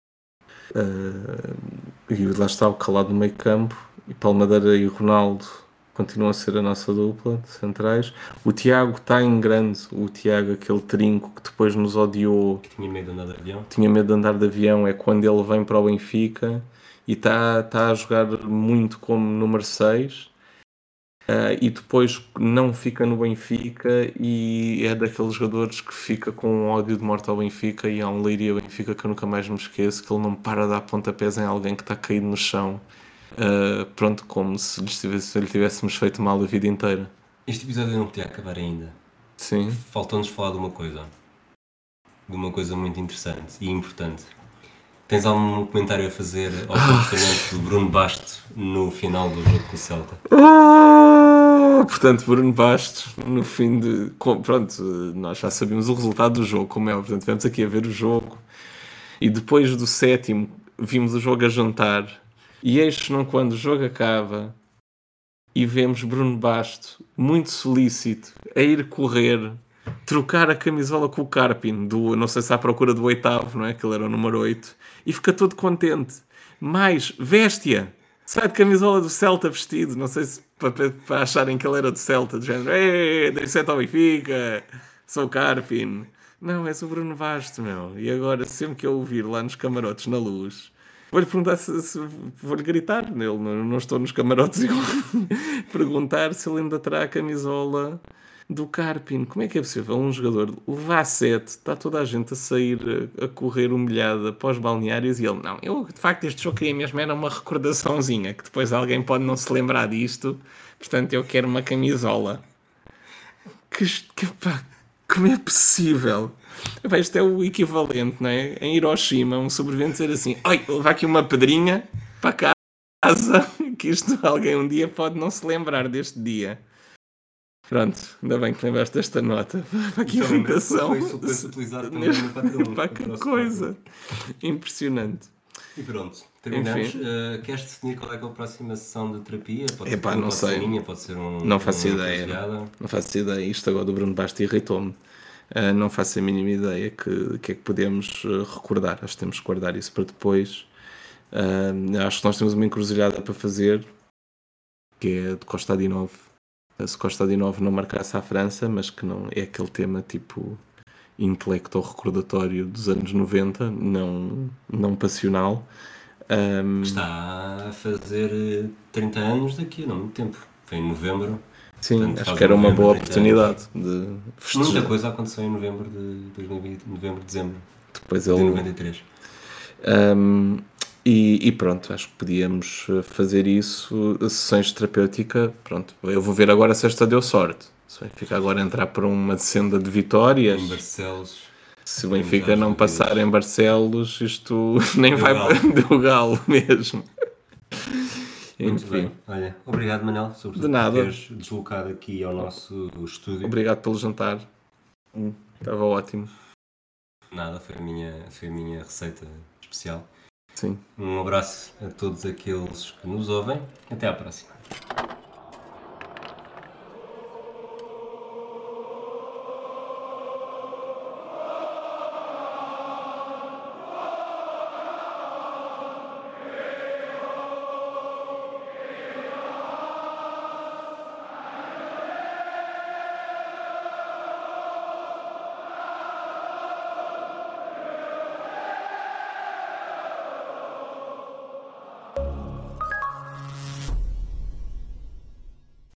E lá está o Calado no meio campo, e Palmadeira e Ronaldo continuam a ser a nossa dupla de centrais. O Tiago está em grande, o Tiago, aquele trinco que depois nos odiou, que tinha medo de andar de avião. É quando ele vem para o Benfica e está a jogar muito como número 6. E depois não fica no Benfica e é daqueles jogadores que fica com um ódio de morte ao Benfica. E há um Leiria Benfica que eu nunca mais me esqueço, que ele não para de dar pontapés em alguém que está caído no chão, pronto, como se lhe tivéssemos feito mal a vida inteira. Este episódio não podia acabar ainda. Sim. Faltou-nos falar de uma coisa muito interessante e importante. Tens algum comentário a fazer ao comportamento do Bruno Basto no final do jogo com o Celta? Portanto, Bruno Bastos, no fim de... Pronto, nós já sabíamos o resultado do jogo, como é. Portanto, estivemos aqui a ver o jogo. E depois do 7º, vimos o jogo a jantar. E eis não quando o jogo acaba e vemos Bruno Basto, muito solícito, a ir correr, trocar a camisola com o Carpin, não sei se à procura do 8º, não é? Que ele era o número 8. E fica todo contente. Mas, veste-a. Sai de camisola do Celta vestido. Não sei se para acharem que ele era do Celta. Do género, dei 7 ao Benfica. Sou o Carpin. Não, és o Bruno Basto, meu. E agora, sempre que eu ouvir lá nos camarotes, na Luz, vou-lhe perguntar se vou-lhe gritar. Eu não estou nos camarotes e vou perguntar se ele ainda terá a camisola do Carpino. Como é que é possível um jogador levar 7, está toda a gente a sair a correr humilhada para os balneários e ele, não, eu de facto este jogo queria mesmo era uma recordaçãozinha, que depois alguém pode não se lembrar disto, portanto eu quero uma camisola. Pá, como é possível? Epá, isto é o equivalente, não é? Em Hiroshima, um sobrevivente dizer assim, oi, vou levar aqui uma pedrinha para casa, que isto alguém um dia pode não se lembrar deste dia. Pronto, ainda bem que lembraste desta nota. Para que irritação. Foi super utilizado também no 4-1. Para que coisa. Impressionante. E pronto, terminamos. Queres definir qual é que é a próxima sessão de terapia? Pode ser não pode sei. ser minha, pode ser Não faço ideia. Não faço ideia. Isto agora do Bruno Basta irritou-me. Não faço a mínima ideia que é que podemos recordar. Acho que temos que guardar isso para depois. Acho que nós temos uma encruzilhada para fazer, que é de Kostadinov. Se Kostadinov não marcasse à França, mas que não é aquele tema tipo intelecto recordatório dos anos 90, não passional. Está a fazer 30 anos daqui, não muito tempo. Foi em novembro. Sim, portanto, acho que era uma boa oportunidade de festejar. Muita coisa aconteceu em novembro de 2020, dezembro depois de 93. E pronto, acho que podíamos fazer isso, sessões de terapêutica. Pronto, eu vou ver agora se esta deu sorte. Se vai ficar agora a entrar por uma senda de vitórias. Em Barcelos. Se o Benfica não passar em Barcelos, isto nem vai para o Galo mesmo. Muito bem. Olha, obrigado, Manel, sobretudo de nada. por teres deslocado aqui ao nosso estúdio. Obrigado pelo jantar. Estava ótimo. Nada, foi a minha receita especial. Sim. Um abraço a todos aqueles que nos ouvem. Até à próxima.